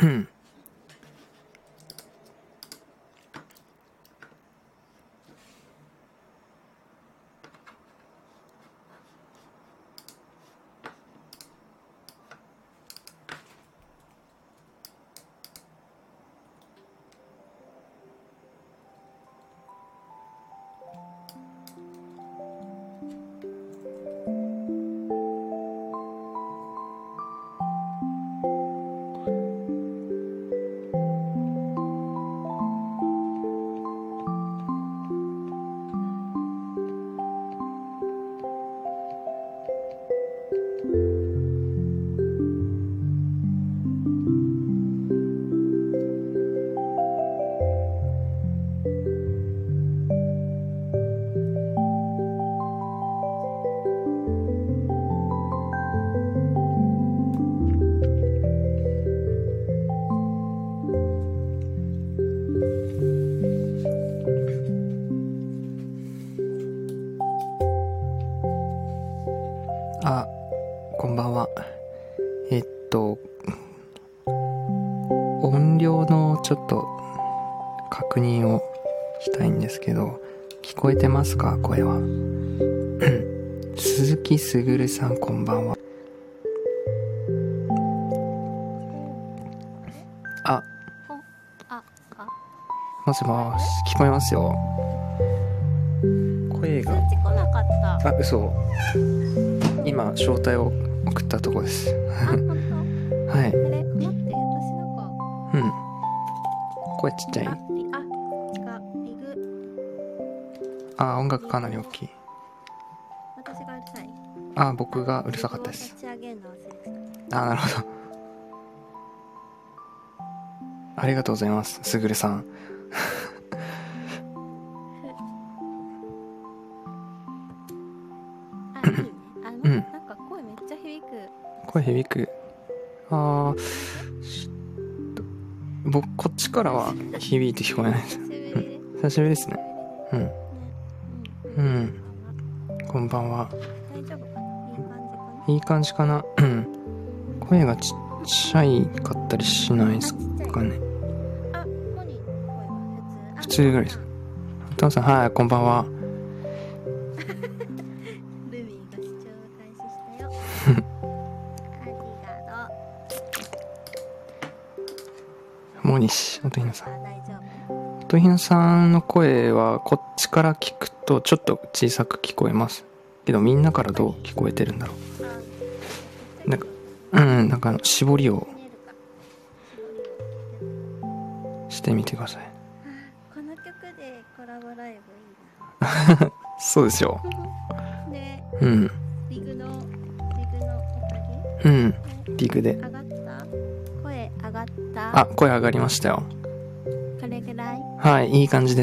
あ、こんばんは。音量のちょっと確認をしたいんですけど、聞こえてますか、声は。鈴木すぐるさん、こんばんは。もしもし、聞こえますよ。声が。 通知来なかった。 嘘。今、招待を送ったとこです。 本当？ はい。 あれ、待って、私なんか。 声ちっちゃい？ 違う、リグ。 音楽かなり大きい。 私がうるさい。 僕がうるさかったです。 立ち上げるの忘れてた。 なるほど。ありがとうございます、すぐるさん。 いいね。なんか声めっちゃ響く。 声響く。僕こっちからは響いて聞こえないです。久しぶりですね。こんばんは。 大丈夫かな？ いい感じかな。声がちっちゃいかったりしないですかね。 モニーの声は普通ぐらいですか。お父さん、はい、こんばんは。 ルミーが視聴開始したよ。ありがとう。 モニシ、音ひなさん。 大丈夫。 音ひなさんの声はこっちから聞くとちょっと小さく聞こえますけど、みんなからどう聞こえてるんだろう。なんか絞りをしてみてください。 この曲でコラボライブいいな。 そうですよ。 ね、リグのおかげ？ リグで。 上がった？声上がった？ 声上がりましたよ。 これぐらい？ はい、いい感じです。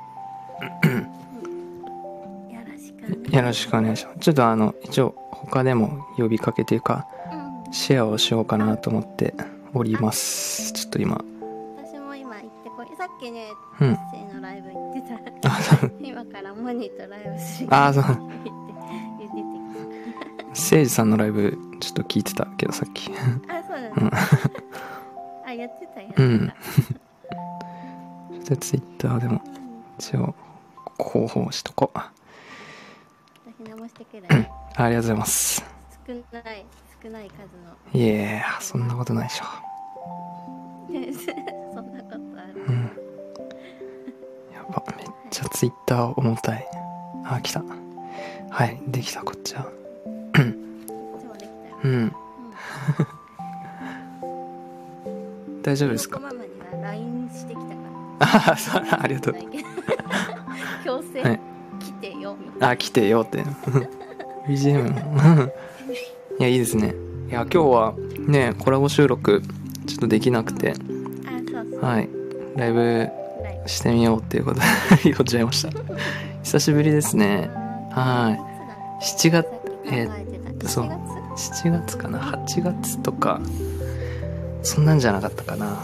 よろしくお願いします。ちょっと一応他でも呼びかけというか、シェアをしようかなと思っております。ちょっと今。 私も今行ってこい。さっきね、一斉のライブ行ってたら、今からモニとライブするってそう言ってきた。 せいじさんのライブちょっと聞いてたけど、さっき。 そうなんだ。やってた。 でツイッターでも一応広報しとこう。 私直してくる。 ありがとうございます。 少ない数の。 いえ、そんなことないでしょ。 そんなことある。 やば、めっちゃツイッター重たい。来た。はい、できた。こっちは。 いつもできたよ。 大丈夫ですか？ ママには LINE してきたから。 そう、ありがとう。 強制、来てよみたいな。 来てよって。BGM も。いや、いいですね。いや、今日はね、コラボ収録ちょっとできなくて、はい、ライブしてみようっていうことで言っちゃいました。久しぶりですね。はい。7月、そう、7月かな、8月とか、そんなんじゃなかったかな。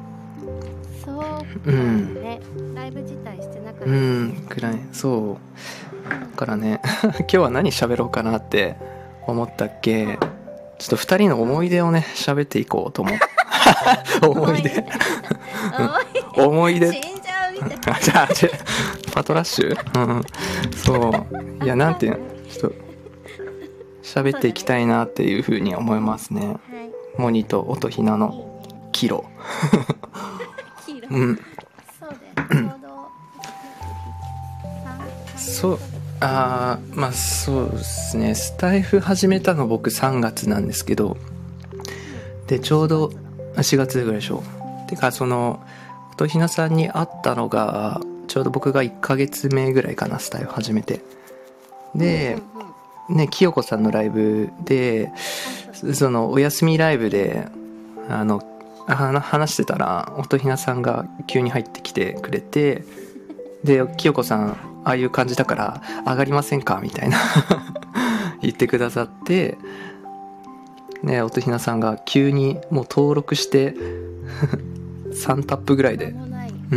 そうね、ライブ自体してなかったくらい。そうだからね今日は何喋ろうかなって思ったっけ。ちょっと2人の思い出をね喋っていこうと思う思い出思い出死んじゃうみたいな。 じゃあパトラッシュ、うん、そういやなんていうの、ちょっと喋っていきたいなっていうふうに思いますね。 はい、 モニと音ひなのキロキロ、 うん、 そうだよ、ちょうどそう、まあそうですね、スタイフ始めたの僕3月なんですけど、でちょうど4月ぐらいでしょ。てかその音ひなさんに会ったのがちょうど僕が1ヶ月目ぐらいかな、スタイフ始めて。で、ね、清子さんのライブで、そのお休みライブで話してたら音ひなさんが急に入ってきてくれて、で清子さんああいう感じだから上がりませんかみたいな言ってくださって、ね、音ひなさんが急にもう登録して3タップぐらいで、うん、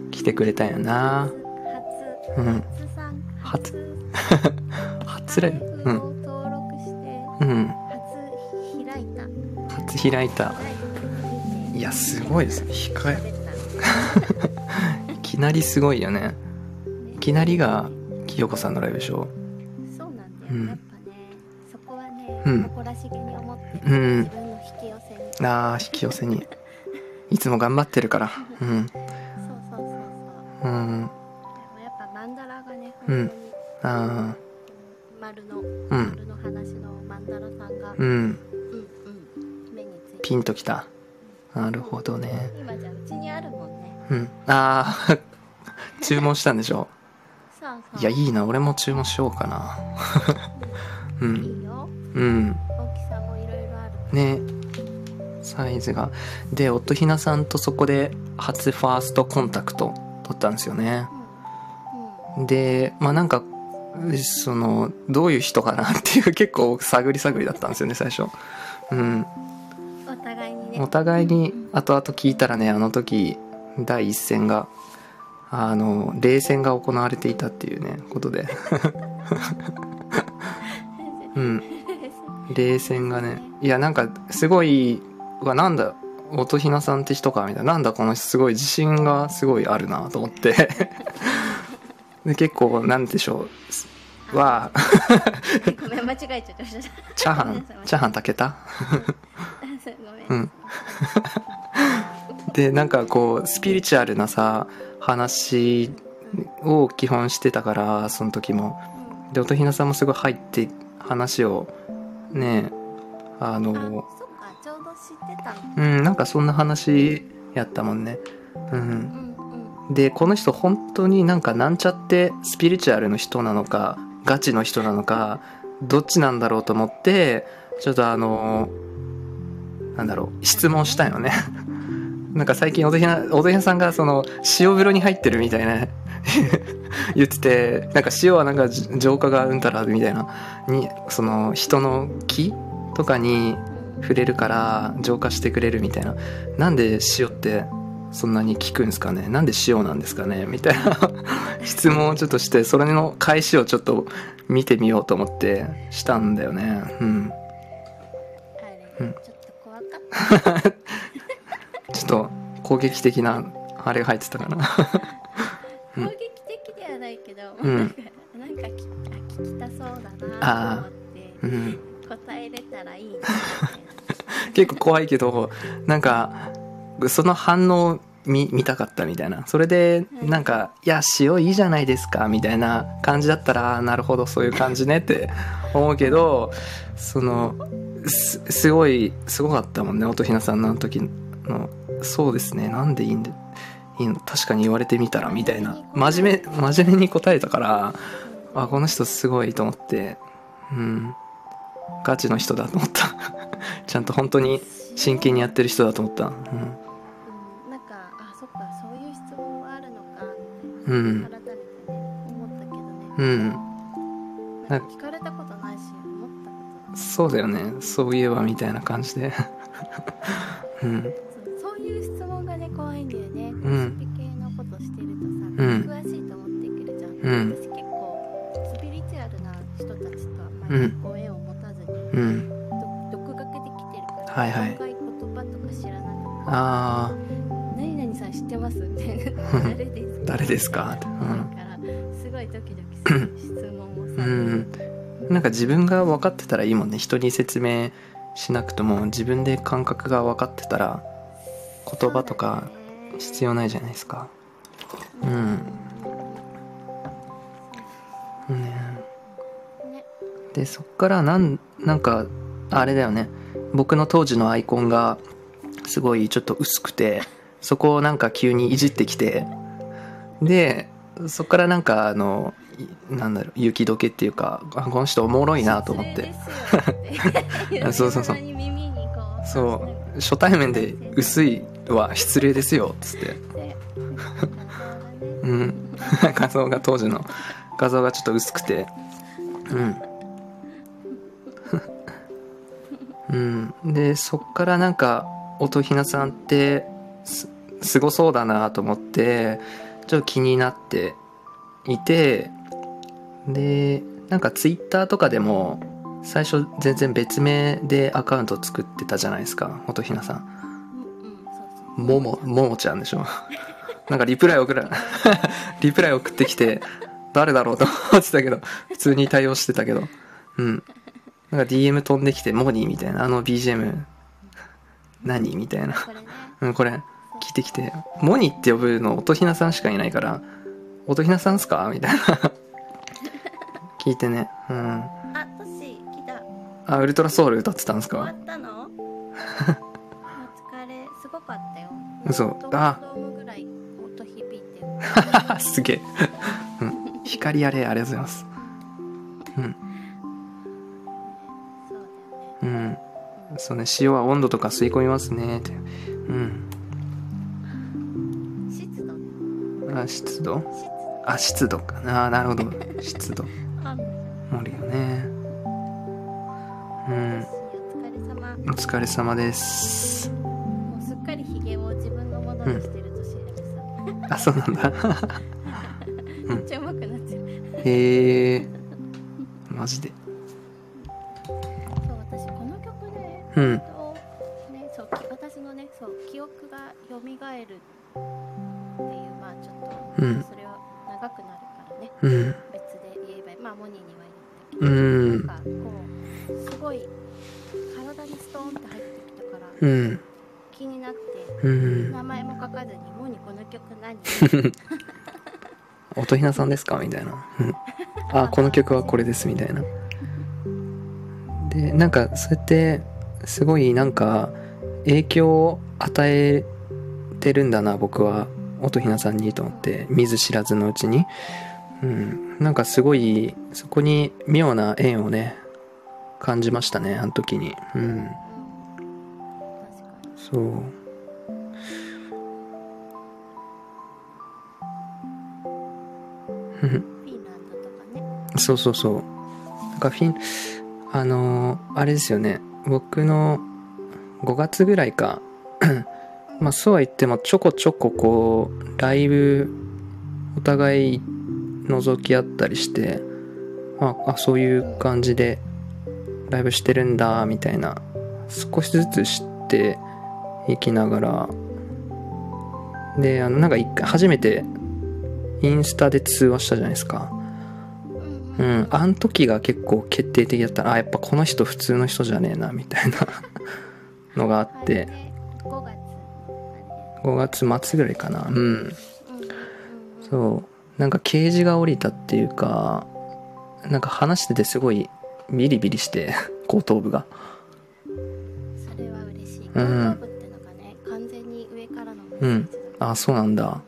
来てくれたんやな。うん、初ライブ、うん、 登録して、 うん、 初開いた。 いやすごいですね、控えいきなりすごいよね。いきなりが清子さんのライブでしょ。 そうなんだよ、やっぱね、そこはね、誇らしげに思って、 うん、 自分の引き寄せに、 引き寄せにいつも頑張ってるから、うん、 そう、 うん、 でもやっぱマンダラがね、本当に、丸の話のマンダラさんが、目についてピンときた。なるほどね。 今じゃうちにあるもんね。 うん、注文したんでしょ。 そう。 いやいいな、俺も注文しようかな。うん、 いいよ。 うん、 大きさもいろいろあるね、サイズが。で音ひなさんとそこで初ファーストコンタクト取ったんですよね。でまあなんかそのどういう人かなっていう結構探りだったんですよね最初。うん、お互いに後々聞いたらね、あの時第一戦が冷戦が行われていたっていうねことでうん冷戦がね、いやなんかすごい、なんだ音ひなさんって人かみたいな、なんだこの人すごい自信がすごいあるなと思ってで結構なんでしょうはごめん間違えちゃった。 チャーハン炊けたごめん、 でなんかこうスピリチュアルなさ話を基本してたから、その時もで音ひなさんもすごい入って話をね、 そっか、ちょうど知ってたの。 なんかそんな話やったもんね。でこの人本当になんかなんちゃってスピリチュアルの人なのかガチの人なのかどっちなんだろうと思って、ちょっとなんだろう、質問したよねなんか最近音ひなさんがその塩風呂に入ってるみたいな言ってて、なんか塩はなんか浄化がうんたらみたいなに、その人の気とかに触れるから浄化してくれるみたいな。なんで塩ってそんなに効くんですかね、なんで塩なんですかねみたいな質問をちょっとして、それの返しをちょっと見てみようと思ってしたんだよね。 ちょっと怖かったちょっと攻撃的なあれが入ってたかな攻撃的ではないけど、なんか聞きたそうだなと思って、答えれたらいいな結構怖いけど、なんかその反応を見たかったみたいな。それでなんか、いや塩いいじゃないですかみたいな感じだったら、なるほどそういう感じねって思うけど、そのすごかったもんね音ひなさんのあの時の。そうですね、なんでいいの確かに言われてみたらみたいな、真面目に答えたから、この人すごいと思って、ガチの人だと思ったちゃんと本当に真剣にやってる人だと思った。 なんかそっか、そういう質問はあるのかって改めてね思ったけどね。なんか聞かれたことないし思ったことない。 そうだよね、そういえばみたいな感じでそういう質問がね怖いんだよね。スピ系のことしてるとさ、詳しいと思ってくるじゃん。私結構スピリチュアルな人たちとあんまりご縁を持たずに、独学できてるから、深い言葉知らなかった。 ああ、 何々さん知ってますみたいな。 誰ですかって、 だからすごいドキドキする質問をさ、 なんか自分が分かってたらいいもんね。人に説明しなくとも自分で感覚が分かってたら言葉とか必要ないじゃないですか。でそっからなんかあれだよね、僕の当時のアイコンがすごいちょっと薄くて、そこをなんか急にいじってきて、でそっからなんかなんだろう、雪解けっていうか、この人おもろいなと思ってそうそう初対面で薄いは失礼ですよっつって当時の画像がちょっと薄くてでそっからなんか音ひなさんってすごそうだなと思ってちょっと気になっていて、でなんかツイッターとかでも最初全然別名でアカウント作ってたじゃないですか、音ひなさん。ももちゃんでしょなんかリプライ送ってきて誰だろうと思ってたけど、普通に対応してたけど、なんか DM 飛んできて、モニーみたいな、BGM 何みたいなこれ聞いてきて、モニって呼ぶの音ひなさんしかいないから、音ひなさんっすかみたいな聞いてね。 トッシー来た。 ウルトラソウル歌ってたんですか？ 終わったの？お疲れ、すごかったよ。 嘘。 ドームぐらい音響いてるすげえ光あれ、ありがとうございます。そうね、塩は温度とか吸い込みますねって。湿度かな。なるほど、湿度盛るよね。お疲れ様です。 もうすっかりヒゲを自分のものにしてる年でさ、 そうなんだめっちゃ上手くなっちゃう。 へえマジで。 そう、私この曲で私のね、記憶が蘇るっていう、まあちょっと、それは長くなるからね、別で言えば、まあモニーには言ったけど、なんかこうすごい体にストーンって入ってきたから、気になって、名前も書かずにモニーこの曲何音ひなさんですかみたいなこの曲はこれですみたいな。でなんかそうやってすごいなんか影響を与えてるんだな僕は音ひなさんにと思って、見ず知らずのうちに、なんかすごいそこに妙な縁をね感じましたね、あの時に。そうフィンランドとかね。 そうなんかあれですよね、僕の5月ぐらいかまあそうは言ってもちょこちょここうライブお互い覗き合ったりして、そういう感じでライブしてるんだみたいな少しずつ知っていきながら、でなんか一回初めてインスタで通話したじゃないですか。あの時が結構決定的だった。やっぱこの人普通の人じゃねえなみたいなのがあって、5月末ぐらいかな。そうなんかケージが降りたっていうか、なんか話しててすごいビリビリして後頭部が。 それは嬉しい。後頭部ってのがね、完全に上からのメッセージだ。 そうなんだ。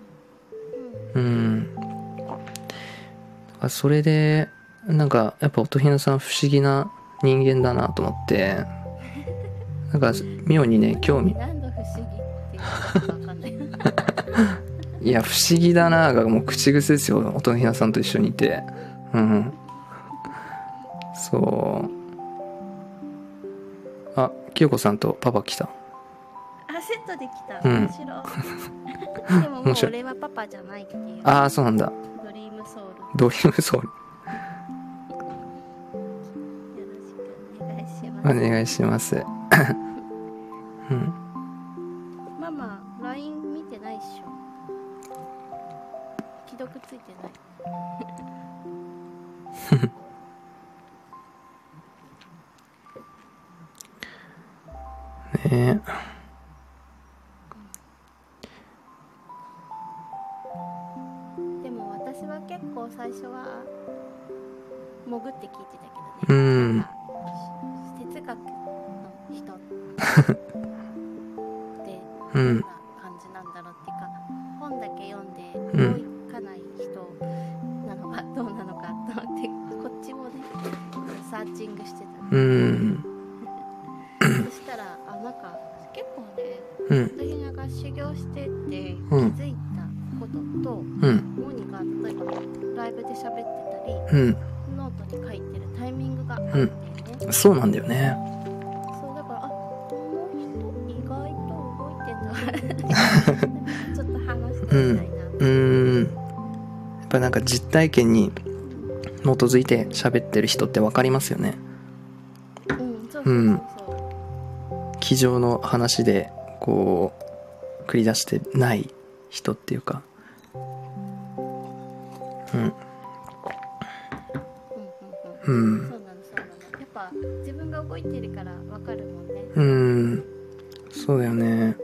それでなんかやっぱ音ひなさん不思議な人間だなと思って、なんか妙にね興味。 何度不思議っていうのか分かんないいや不思議だながもう口癖ですよ、音ひなさんと一緒にいて。そう。清子さんとパパ来た。 セットで来た。面白いでももう俺はパパじゃないっていう。 そうなんだ。 ドリームソウル。 よろしくお願いします。 得ついてないねでも私は結構最初は潜って聞いてたけどね、 うん、 なんか哲学の人ってどんな感じなんだろうっていうか、本だけ読んで動かない人なのかどうなのかと思って、こっちもねサーチングしてた、そしたらなんか結構ね、私が修行してて気づいたことと、モニが例えばライブで喋ってたり、ノートに書いてるタイミングがあるんだよね、 そうなんだよね。 そうだからこの人意外と動いてんだちょっと話してみたいな、 やっぱなんか実体験に基づいて喋ってる人って分かりますよね。机上の話でこう繰り出してない人っていうか、 そうなの。やっぱ自分が動いてるからわかるもんね。 そうだよね。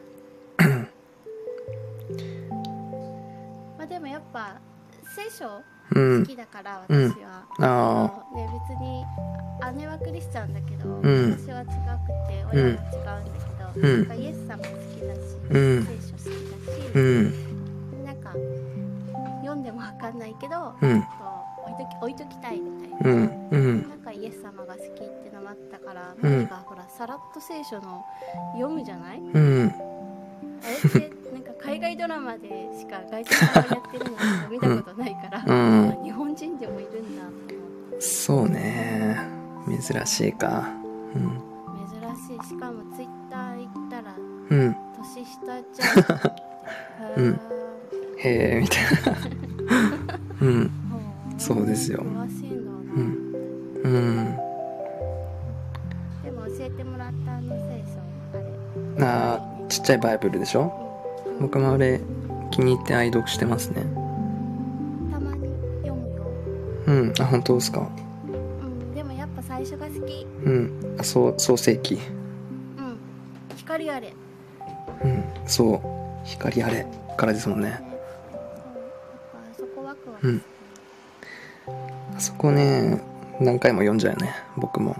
まあでもやっぱ聖書好きだから、私は、ね、別に姉はクリスチャンだけど、私は違くて親は違うんだけど、やっぱイエス様好きだし、聖書好きだし、なんか読んでもわかんないけど、置いときたいみたいな、なんかイエス様が好きってのもあったから、なんかほらさらっと聖書の読むじゃない、あれってなんか海外ドラマでしか外人さんがやってるのしか見たことないから、日本人でもいるんだと思って。 そうね、珍しいか、 珍しい。しかもツイッター行ったら、年下じゃんへえみたいなそうですよ。 詳しいんだな。でも教えてもらった聖書あれ、 ちっちゃいバイブルでしょ。僕もあれ気に入って愛読してますね。 たまに読むよ。 本当ですか。 でもやっぱ最初が好き。 創世記。 光あれ。 そう光あれからですもんね。 そこワクワク。 あそこね何回も読んじゃうよね、僕も。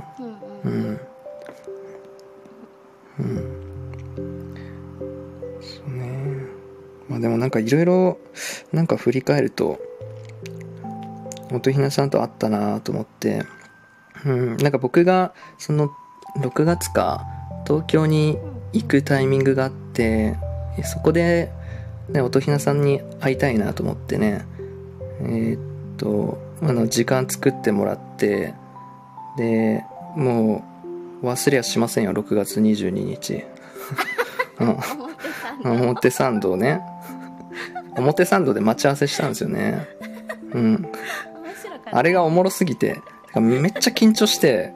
そうね。まあでもなんかいろいろなんか振り返ると音ひなさんと会ったなと思って、なんか僕がその6月か東京に行くタイミングがあって、そこで、ね、音ひなさんに会いたいなと思ってね、時間作ってもらって、でもう忘れはしませんよ、6月22日表参道ね、表参道で待ち合わせしたんですよね。あれがおもろすぎてめっちゃ緊張して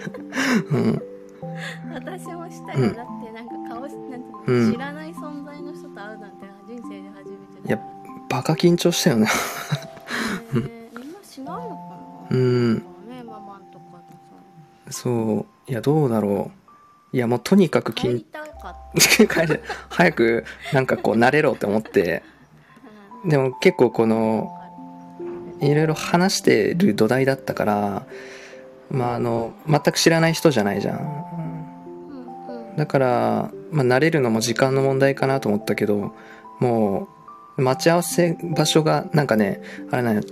私もしたよ。だってなんかなんていうの、知らない存在の人と会うなんて人生で初めて。 いやバカ緊張したよねみんなしないのかな、ママンとかとさ。 そういやどうだろう。いやもうとにかく帰りたかった早くなんかこう慣れろって思ってでも結構このいろいろ話してる土台だったから、全く知らない人じゃないじゃん。だから、慣れるのも時間の問題かなと思ったけど、もう待ち合わせ場所がなんかね、あれなんよ、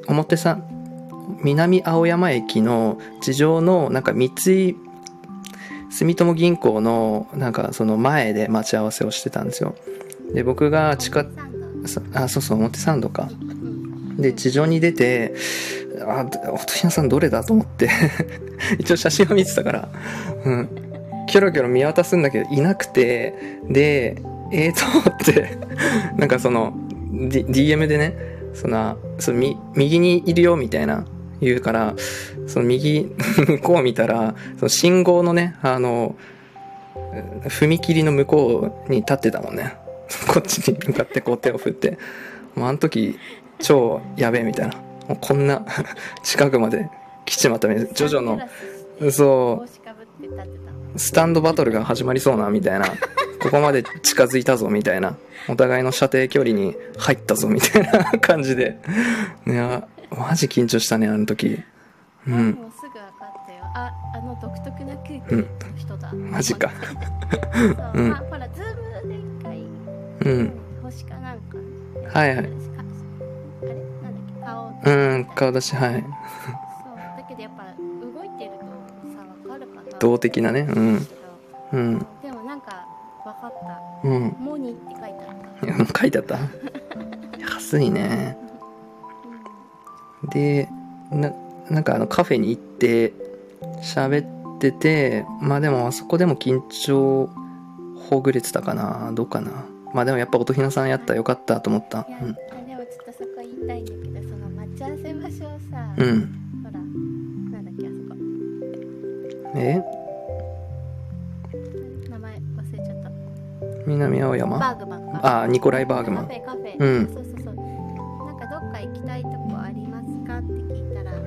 南青山駅の地上のなんか三井住友銀行のなんかその前で待ち合わせをしてたんですよ。で僕がそう表参道かで地上に出て、音ひなさんどれだと思って一応写真を見てたから、キョロキョロ見渡すんだけどいなくて、でと思ってなんかその、DM でねその右にいるよみたいな言うから、その右向こう見たらその信号のね踏切の向こうに立ってたもんねこっちに向かってこう手を振って、 もうあの時超やべえみたいな、もうこんな近くまで来ちまったみたいな、ジョジョのそうスタンドバトルが始まりそうなみたいな、ここまで近づいたぞみたいな、お互いの射程距離に入ったぞみたいな感じで、いやマジ緊張したねあの時。 うん、もうすぐ分かったよ。あの独特な空気の人だ、 マジかそう、まあほらズームで一回、星かなんか、 はいはい、 あれなんだっけ、 顔出し、はい、 そうだけどやっぱ動いてるとさ分かるかな、 動的なね、でもなんか分かった、モニって書いてあった書いてあった安いね。でなんかカフェに行って喋ってて、まあでもあそこでも緊張ほぐれてたかな、どうかな。まあでもやっぱ音ひなさんやったらよかったと思った。 いや、でもちょっとそこ言いたいんだけど、その待ち合わせ場所をさ、ほらなんだっけあそこ、名前忘れちゃった。 南青山、 バーグマンか、 ニコライバーグマン、 カフェ、そうなんかどっか行きたいとこありますかって聞いたら、ね、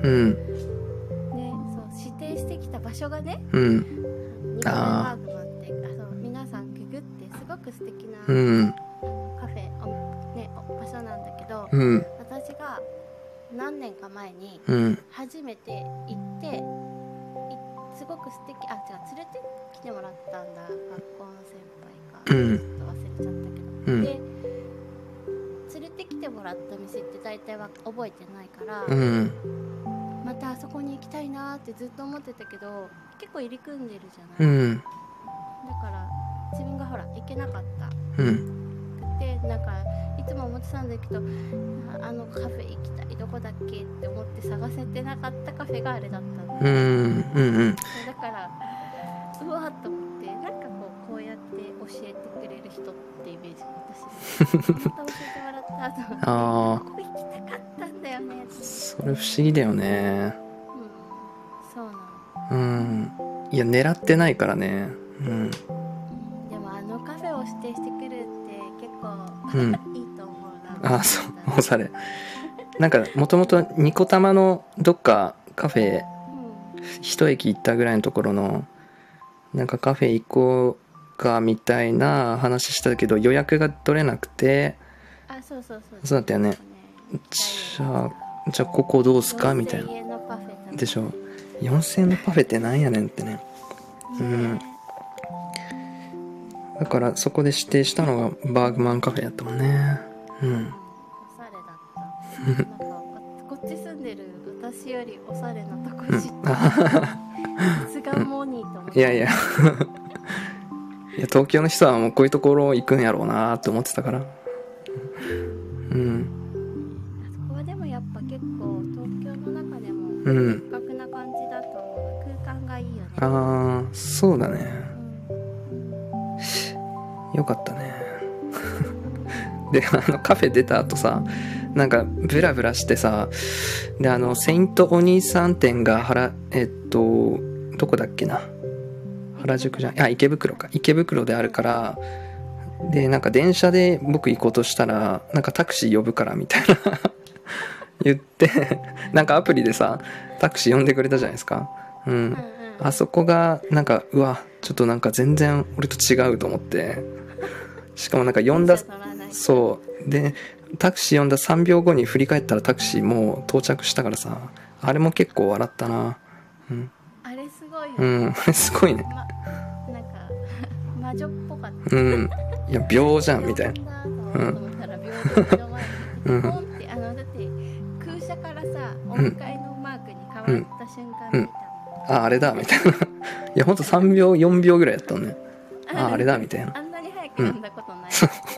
そう指定してきた場所がね、ニコライバーグマンってそう皆さんググってすごく素敵な、カフェ、ね、場所なんだけど、私が何年か前に初めて行って、すごく素敵、連れてきてもらったんだ、学校の先輩が、ちょっと忘れちゃったけど、で連れてきてもらった店って大体は覚えてないから、またあそこに行きたいなってずっと思ってたけど、結構入り組んでるじゃない、だから自分がほら行けなかった、でなんかいつも思ってたんだけど、あのカフェ行きたい、どこだっけって思って探せてなかったカフェがあれだったんだ、だからうわっと思って、なんかこうやって教えてくれる人ってイメージ、私また教えてもらった後、ここ行きたかったんだよね。 それ不思議だよね。 そうなの。 いや狙ってないからね。 でもあのカフェを指定してくるって結構、いいと思うな。 そう、おしゃれ。なんかもともとニコタマのどっかカフェ、一駅行ったぐらいのところのなんかカフェ行こうかみたいな話したけど、予約が取れなくて、そうだったよね。じゃあここどうすかみたいなでしょ。4000円のパフェってなんやねんってね。だからそこで指定したのがバーグマンカフェやったもんね。 おしゃれだった。なんかこっち住んでる私よりおしゃれなとこ知って、さすがモニーと思って。 いや東京の人はもうこういうところ行くんやろうなって思ってたから。 そこはでもやっぱ結構東京の中でも別格な感じだと思う。空間がいいよね。 そうだね。よかったね。でカフェ出た後さ、なんかブラブラしてさ、でセイントお兄さん店がどこだっけな、原宿じゃん、池袋であるから、でなんか電車で僕行こうとしたら、なんかタクシー呼ぶからみたいな言ってなんかアプリでさタクシー呼んでくれたじゃないですか。あそこがなんかうわちょっとなんか全然俺と違うと思って、しかもなんか呼んだ、そうでタクシー呼んだ3秒後に振り返ったらタクシーもう到着したからさ、あれも結構笑ったな。 あれすごいよね。 あれすごいね。 なんか魔女っぽかった。 いや秒じゃんみたいな。 思ったら秒で目の前にポンってだって空車からさ音階のマークに変わった瞬間見た。 あれだみたいな。いやほんと3秒4秒ぐらいやったのね。あれだみたいな。 あんなに早く読んだことない。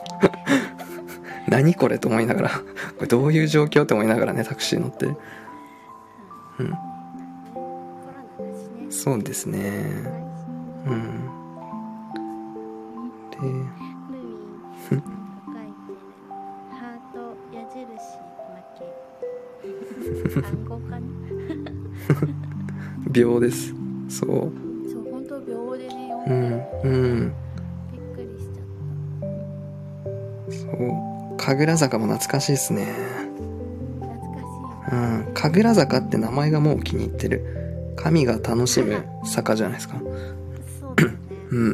何これと思いながら、これどういう状況って思いながらねタクシー乗って。そうですね。でルミ書いてるハート矢印負け暗号かな。 秒です。そう本当秒でね読んで、びっくりしちゃった。 そう神楽坂も懐かしいですね。 懐かしい。 うん、神楽坂って名前がもう気に入ってる。神が楽しむ坂じゃないですか。 そうだね。 うん。 あ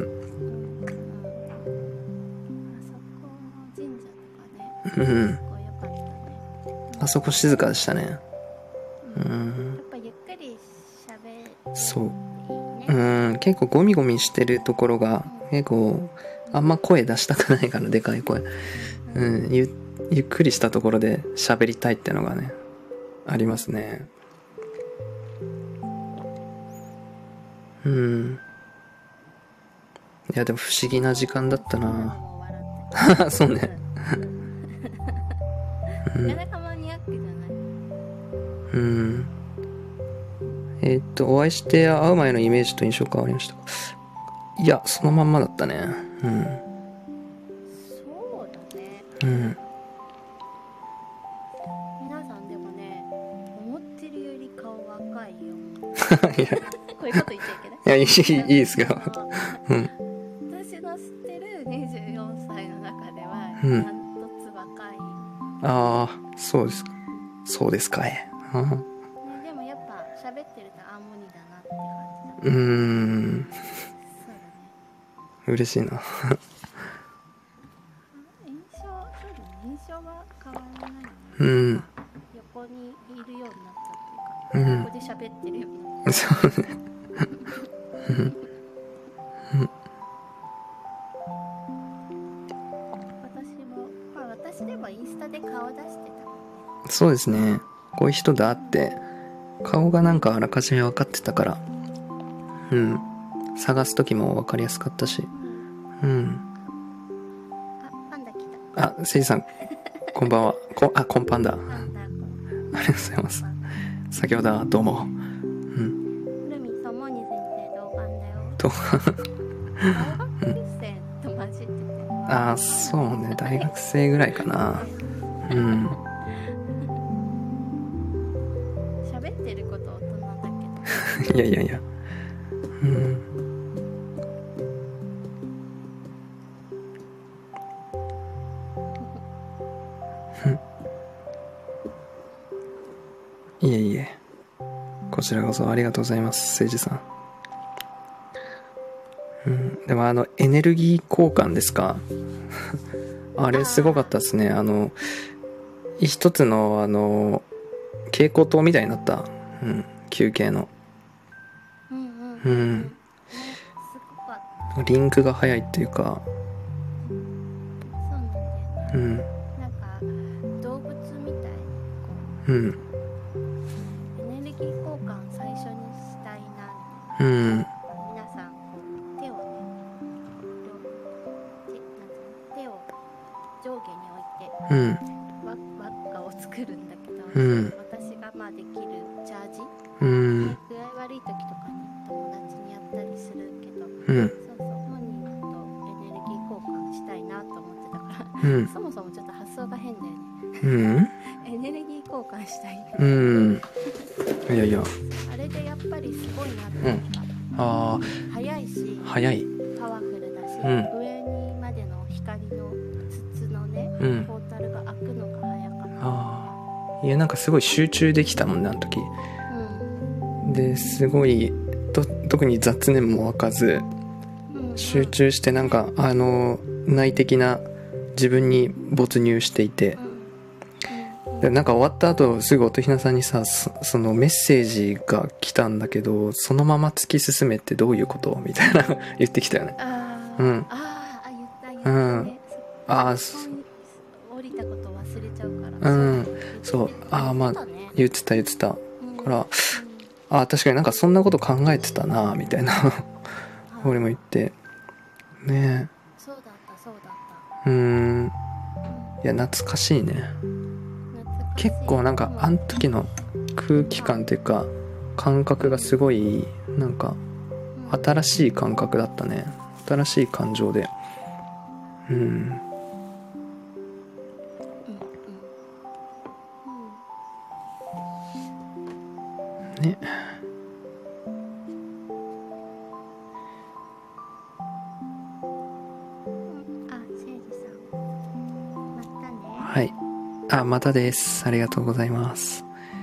そこの神社とかね。 うん。 すごい良かったね。 あそこ静かでしたね。 やっぱゆっくり喋る。 そう。結構ゴミゴミしてるところが、結構、あんま声出したくないから、でかい声。ゆっくりしたところで喋りたいってのがね、ありますね。いや、でも不思議な時間だったな。そうね。 なかなかマニアックじゃない？ お会いして会う前のイメージと印象変わりましたか？いや、そのまんまだったね。 そうだね。皆さんでもね、思ってるより顔若いよ。 いや、 こういうこと言っちゃいけない？ いや、いいですけど。 私の知ってる24歳の中では、ダントツ若い。 ああ、そうですか。そうですかい。 でもやっぱ喋ってるとアーモニーだなって感じだった。そうだね。 嬉しいな。 印象は変わらないね。横にいるようになったっていうか、ここで喋ってるようになった。 そうね。 私でもインスタで顔出してたもんね。 そうですね。こういう人で会って顔がなんかあらかじめ分かってたから、探す時も分かりやすかったし、 あ、パンダ来た。 あ、せいじさんこんばんは。コンパンダ。ありがとうございます。先ほどはどうも。 ルミとモニ先生同感だよ。 と大学生と混じってて。 あ、そうね、大学生ぐらいかな。 喋ってること大人だけど。 いや。いえ。こちらこそありがとうございます、せいじさん。でもエネルギー交換ですか？あれすごかったですね。一つの蛍光灯みたいになった。休憩の。 すごかった。 リンクが早いっていうか。 そうなんだよね。なんか動物みたいにエネルギー交換最初にしたいなみたいな。皆さん手を上下に置いて、輪っかを作るんだけど、私ができるチャージ、具合悪い時とかに友達にやったりするけど、そう本人とエネルギー交換したいなと思ってたから、そもそもちょっと発想が変だよね。エネルギー交換したい。 いや。 あれでやっぱりすごいなって思った。早いし、パワフルだし、上にまでの光の筒のね、ポータルが開くのが早かった。 いや、なんかすごい集中できたもんね、あの時。ですごい特に雑念も湧かず、集中してなんか内的な自分に没入していて、でなんか終わった後すぐ音ひなさんにさ、そのメッセージが来たんだけど、そのまま突き進めってどういうことみたいな言ってきたよね。 言ったね。降りたこと忘れちゃうから。 そう言ってたから確かになんかそんなこと考えてたなみたいな俺も言ってね。 そうだった。 いや懐かしいね。結構なんかあの時の空気感というか感覚がすごいなんか新しい感覚だったね。新しい感情でね。 せいじさんまたね。 はい。あ、またです。ありがとうございます。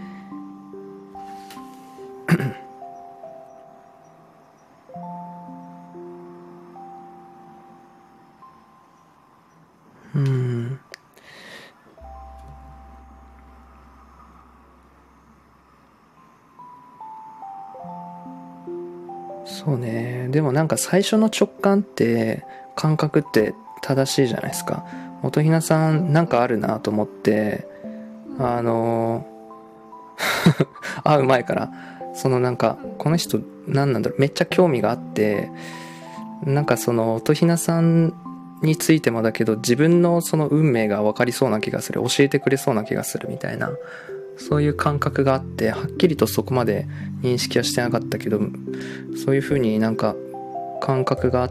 そうね。でもなんか最初の直感って感覚って正しいじゃないですか。音ひなさんなんかあるなと思って会う前からそのなんかこの人何なんだろう、めっちゃ興味があって、なんかその音ひなさんについてもだけど自分のその運命が分かりそうな気がする、教えてくれそうな気がするみたいな、そういう感覚があって、はっきりとそこまで認識はしてなかったけど、そういう風になんか感覚があって、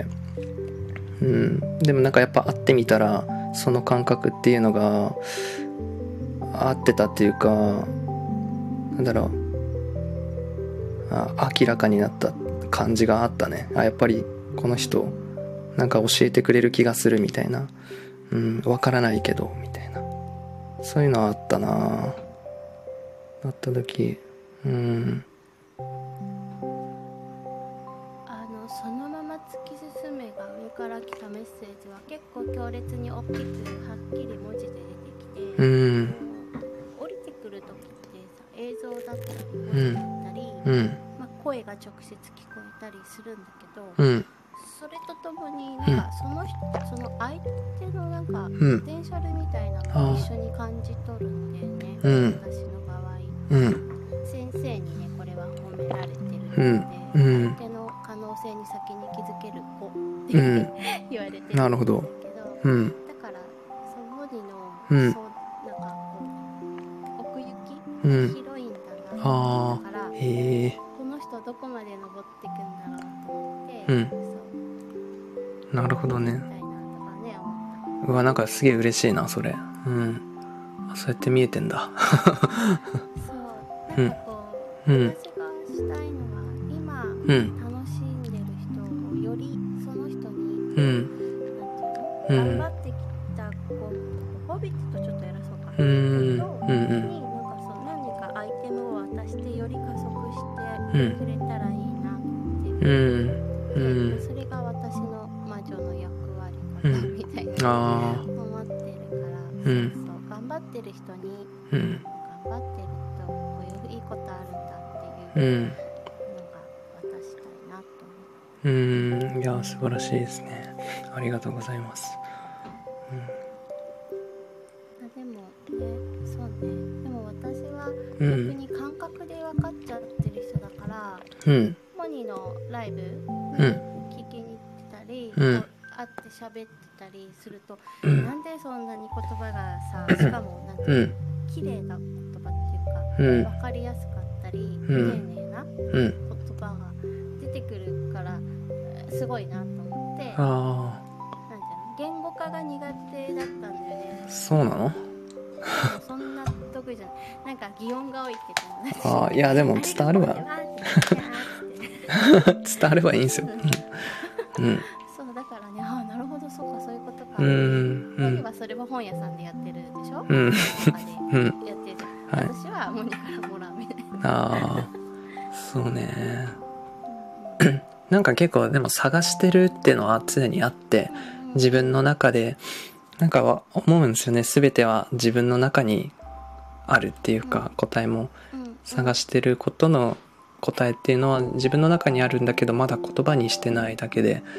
でもなんかやっぱ会ってみたらその感覚っていうのが合ってたっていうか、なんだろう、明らかになった感じがあったね。やっぱりこの人なんか教えてくれる気がするみたいな、わからないけどみたいな、そういうのあったな。あった時、 そのまま突き進めが上から来たメッセージは結構強烈に大きくはっきり文字で出てきて、降りてくる時ってさ、映像だったり文字だったり、声が直接聞こえたりするんだけど、それとともになんかその相手のなんかポテンシャルみたいなのを一緒に感じ取るんだよね、私の場合。先生にね、これは褒められてるので、相手の可能性に先に気づける子って言われてるんだけど、 なるほど。 だからそのモディの、なんかこう奥行き、広いんだなと思ったから、この人どこまで登っていくんだろうと思って、 なるほどね。うわ、なんかすげえ嬉しいなそれ。そうやって見えてんだ。 そう、なんかこう、私がしたいのは今、楽しんでる人をよりその人に、なんていうの、頑張ってきた子、ホビットとちょっと偉そうかもしれないけど、になんかそう何かアイテムを渡してより加速してくれたらいいなっていう、それが私の魔女の役割かなみたいな思ってるから、そう頑張ってる人に、頑張ってるとこういういいことあるんだっていうのが渡したいなと思って。 いや素晴らしいですね。ありがとうございます。 でもね、そうね。でも私は逆に感覚で分かっちゃってる人だから、モニのライブ、聞きに行ってたり、会って喋ってたりすると、なんでそんなに言葉がさ、しかもなんていうの、綺麗な言葉っていうか、分かりやすかったり、丁寧な言葉が出てくるから、すごいなと思って、なんていうの、言語化が苦手だったんだよね。 そうなの？ そんな得意じゃない。なんか擬音が多いって言っても、 いやでも伝われば伝わればいいんですよ。 そうだからね、なるほど、そうか、そういうことか。モニはそれは本屋さんでやってるでしょ。でやってるじゃん。私はモニからもらうみたいな。 そうね。なんか結構でも探してるっていうのは常にあって、自分の中でなんか思うんですよね。全ては自分の中にあるっていうか、答えも探してることの答えっていうのは自分の中にあるんだけど、まだ言葉にしてないだけで、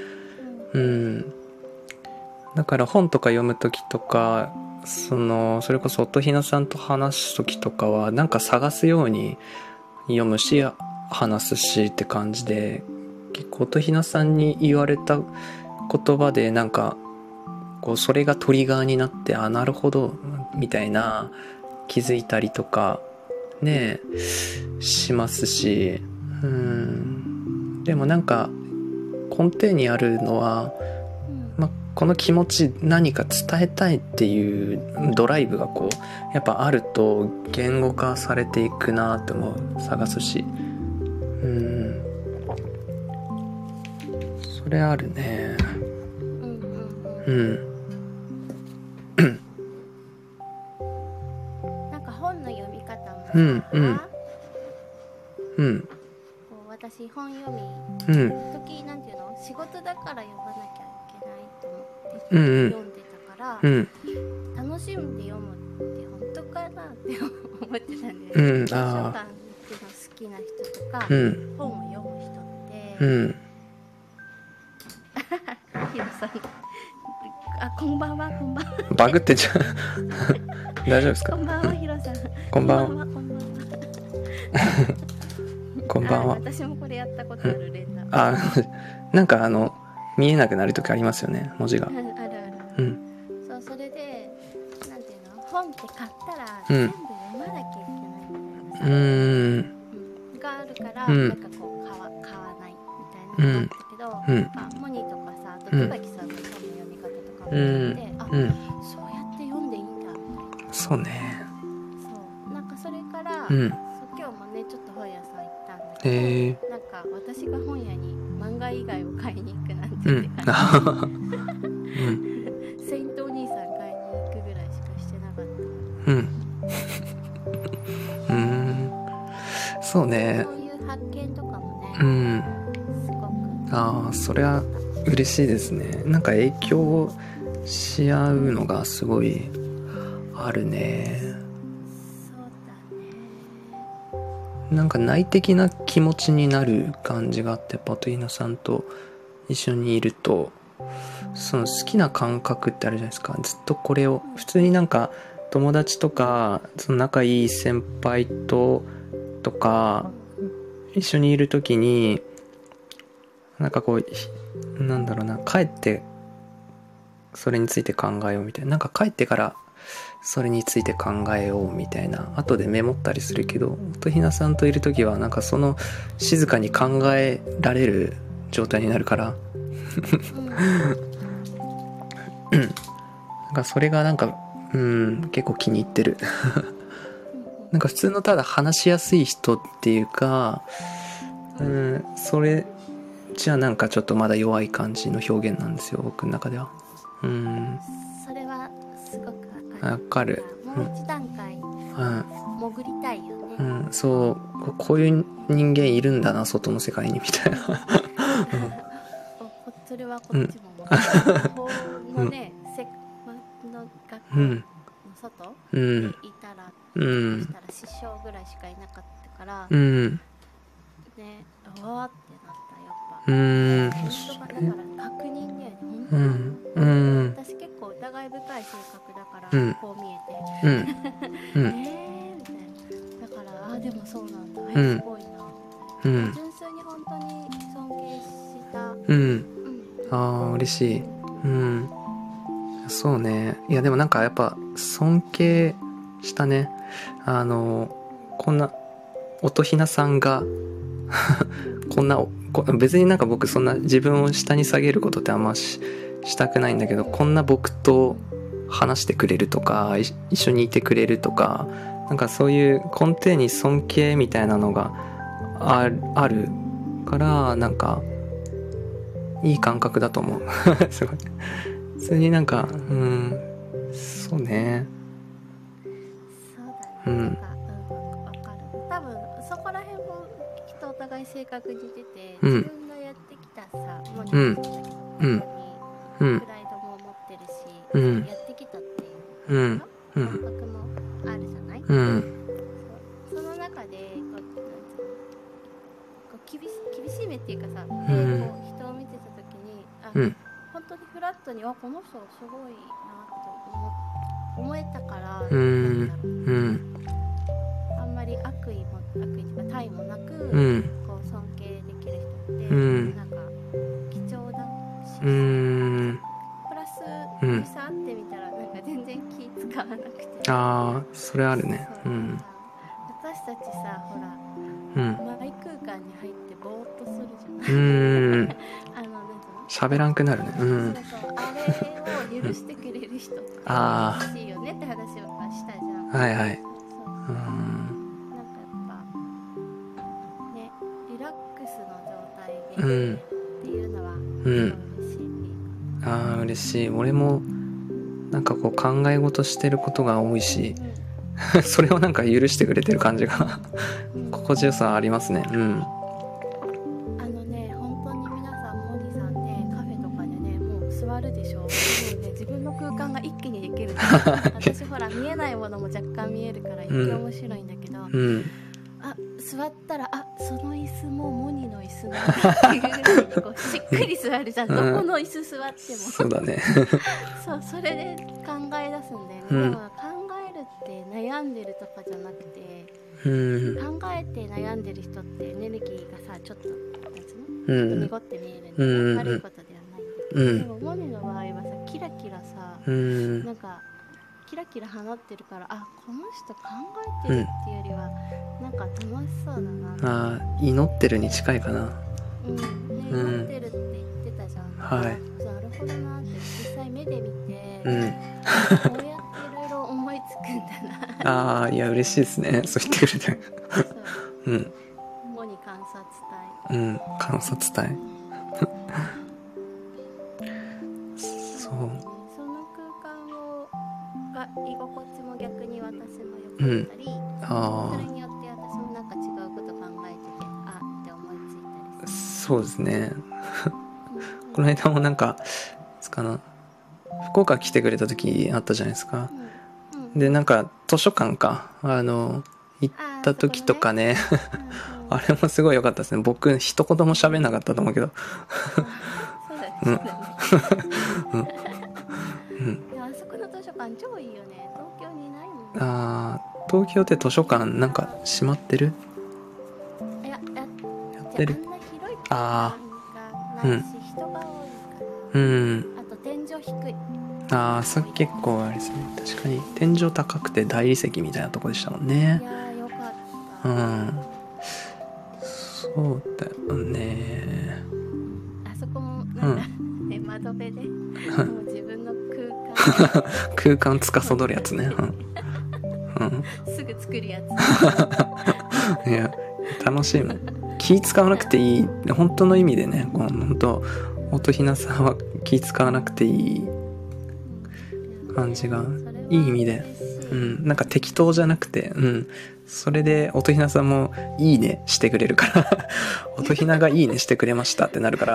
だから本とか読む時とか、それこそ音ひなさんと話す時とかはなんか探すように読むし話すしって感じで、結構音ひなさんに言われた言葉でなんかこうそれがトリガーになって、なるほどみたいな気づいたりとかねしますし、でもなんか根底にあるのは、この気持ち何か伝えたいっていうドライブがこうやっぱあると言語化されていくなって思う。探すし、それあるね。 うんうんうんこう私本読み、 うん時なんていうの、仕事だから読まなきゃいけないと思ってうんうん読んでたから、 うん楽しんで読むって本当かなって思ってたんだよね。 うん図書館っていうの好きな人とか、 うん本を読む人って、 うんヒロさん、あ、こんばんは、こんばんは。 バグってちゃう大丈夫ですか？ こんばんは、ヒロさん。 こんばんは。 こんばんは、こんばんは。 こんばんは。 私もこれやったことある、レター。 あ、なんか見えなくなる時ありますよね、文字が。 あるある。 うん。 そう、それでなんていうの、本って買ったらうん全部読まなきゃいけないみたいなさ、があるから、なんかこう買わないみたいなのがあったけど、モニーとかさ、あと椿さんの本の読み方とかも聞いて、あ、そうやって読んでいいんだみたいな。 そうね。 そう、なんかそれから、 うん。 今日もねちょっと本屋さん行ったんだけど、なんか私が本屋に漫画以外を買いに行くなんて言ってセイントお兄さん買いに行くぐらいしかしてなかった。そうね。 そういう発見とかもね、すごく。 ああ、それは嬉しいですね。なんか影響し合うのがすごいあるね。なんか内的な気持ちになる感じがあって、パトリーナさんと一緒にいると、その好きな感覚ってあるじゃないですか。ずっとこれを普通になんか友達とかその仲いい先輩とか一緒にいるときに、なんかこうなんだろうな、帰ってそれについて考えようみたいな、なんか帰ってからそれについて考えようみたいな、後でメモったりするけど、音ひなさんといるときはなんかその静かに考えられる状態になるからなんかそれがなんか結構気に入ってるなんか普通のただ話しやすい人っていうか、それじゃなんかちょっとまだ弱い感じの表現なんですよ、僕の中では。 それはすごくわかる。 もう一段階潜りたいよね。 そう、こういう人間いるんだな、外の世界にみたいなそれはこっちもこのね、の学校の外にいたら、したら師匠ぐらいしかいなかったからね、うわーってなった。やっぱ本当か、だから確認だよね、本当に。私結構疑い深い性格だから、こう見えてみたいな。だからでもそうなんだ、すごいな、純粋に本当に尊敬した。 嬉しい。そうね。いやでもなんかやっぱ尊敬したね。こんな音ひなさんが別になんか僕そんな自分を下に下げることってあんましたくないんだけど、こんな僕と話してくれるとか一緒にいてくれるとか、なんかそういう根底に尊敬みたいなのがあるから、なんかいい感覚だと思うすごい普通になんかそうね、 そうだね、わかる。多分そこら辺もきっとお互い性格似てて、自分がやってきたさ、もちろんそうだけど、ここにプライドも持ってるし、やってきたっていう感覚もあるじゃない。その中で厳しい目っていうかさ、こう人を見てた時に本当にフラットに、この人すごいなって思えたから、あんまり悪意とか対もなく、こう尊敬できる人って、なんか貴重だし、プラス実際会ってみたらなんか全然気使わなくて、 それあるね。 私たちさ、ほら、マイ空間に入ってぼーっとするじゃない。 喋らんくなるね。 そうあれを許してくれる人って嬉しいよねって話をしたじゃん。 はいはい。 なんかやっぱね、リラックスの状態でっていうのは嬉しい。 嬉しい。俺もなんかこう考え事してることが多いしそれをなんか許してくれてる感じが心地よさありますね。うん。 本当に皆さん、モニさんね、カフェとかでね、もう座るでしょ。もうね、自分の空間が一気にできる私ほら見えないものも若干見えるから余計面白いんだけど、座ったらその椅子もモニの椅子なんだっていう風にこうしっくり座るじゃん、どこの椅子座ってもそうだねそうそれで考え出すんだよね、でも考えるって悩んでるとかじゃなくて、考えて悩んでる人ってエネルギーがさちょっと濁って見えるんだよ、悪いことではないんだけど、でもモニの場合はさキラキラさ、なんかキラキラ放ってるから、この人考えてるっていうよりは、なんか楽しそうだな、 祈ってるに近いかな。 祈ってるって言ってたじゃん。なるほどなって実際目で見て、こうやっていろいろ思いつくんだな。 いや嬉しいですね、そう言ってくれてモニ観察隊。 観察隊そうその空間が居心地も逆に私も良かったり、それによって私もなんか違うこと考えててって思いついたりする。 そうですねこの間もなんか福岡来てくれた時あったじゃないですか、でなんか図書館か行った時とかねあれもすごい良かったですね。僕一言も喋んなかったと思うけどそうだねあそこの図書館超いいよね。東京にないもん。 東京って図書館なんか閉まってる？やってる？ あんな広い空間がないし、人が多いから、あと天井低い。 それ結構あれですね。確かに天井高くて大理石みたいなとこでしたもんね。 いやよかった。 そうだよね。 あそこもなんだ、窓辺でもう自分の空間司るやつね。 すぐ作るやつ。いや楽しいもん。気使わなくていい、本当の意味でね。本当音ひなさんは気使わなくていい感じがいい意味で、なんか適当じゃなくて、それで音ひなさんもいいねしてくれるから音ひながいいねしてくれましたってなるから、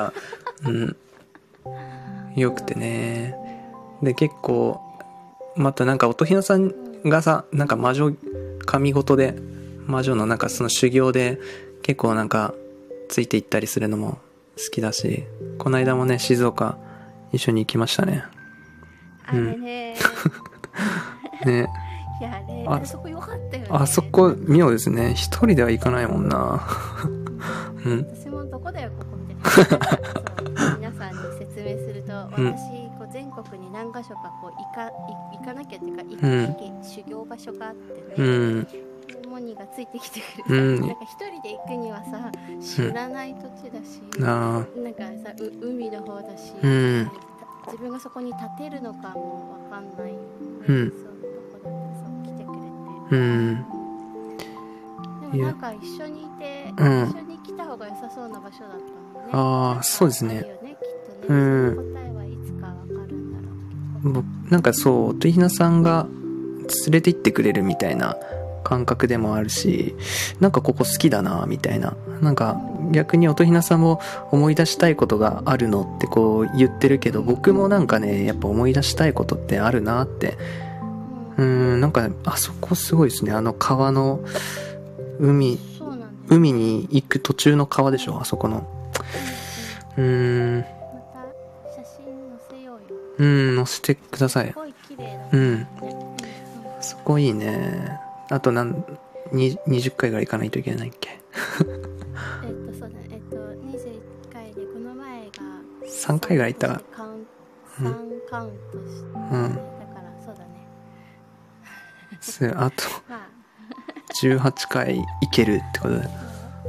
よくてね。で結構またなんか音ひなさんがさ、なんか魔女神事で魔女のなんかその修行で結構なんかついていったりするのも好きだし、この間もね静岡一緒に行きましたね。 あれねね、 いやあそこ良かったよね。 あそこ妙ですね。一人では行かないもんな私もどこだよここって皆さんに説明すると、私こう全国に何か所かこう行かなきゃっていうか行かなきゃ修行場所があってね、モニがついてきてくれた、なんか一人で行くにはさ知らない土地だし、なんかさ海の方だし、自分がそこに立てるのかもわかんない、そういうとこだってそう来てくれて、でもなんか一緒にいて、一緒に来た方が良さそうな場所だったもんね。 そうですね。 きっとね、その答えはいつかわかるんだろうけど、 なんかそう音ひなさんが連れて行ってくれるみたいな感覚でもあるし、なんかここ好きだなみたいな、なんか逆に音ひなさんも思い出したいことがあるのってこう言ってるけど、僕もなんかねやっぱ思い出したいことってあるなって、なんかあそこすごいですね。川の海に行く途中の川でしょ、あそこの。 また写真載せようよ。 載せてください。 すごい綺麗だね。 そこいいね。あと20回ぐらい行かないといけないっけそうだね。21回でこの前が 3回ぐらい行ったら 3カウントして、だからそうだね。 あと18回行けるってことで、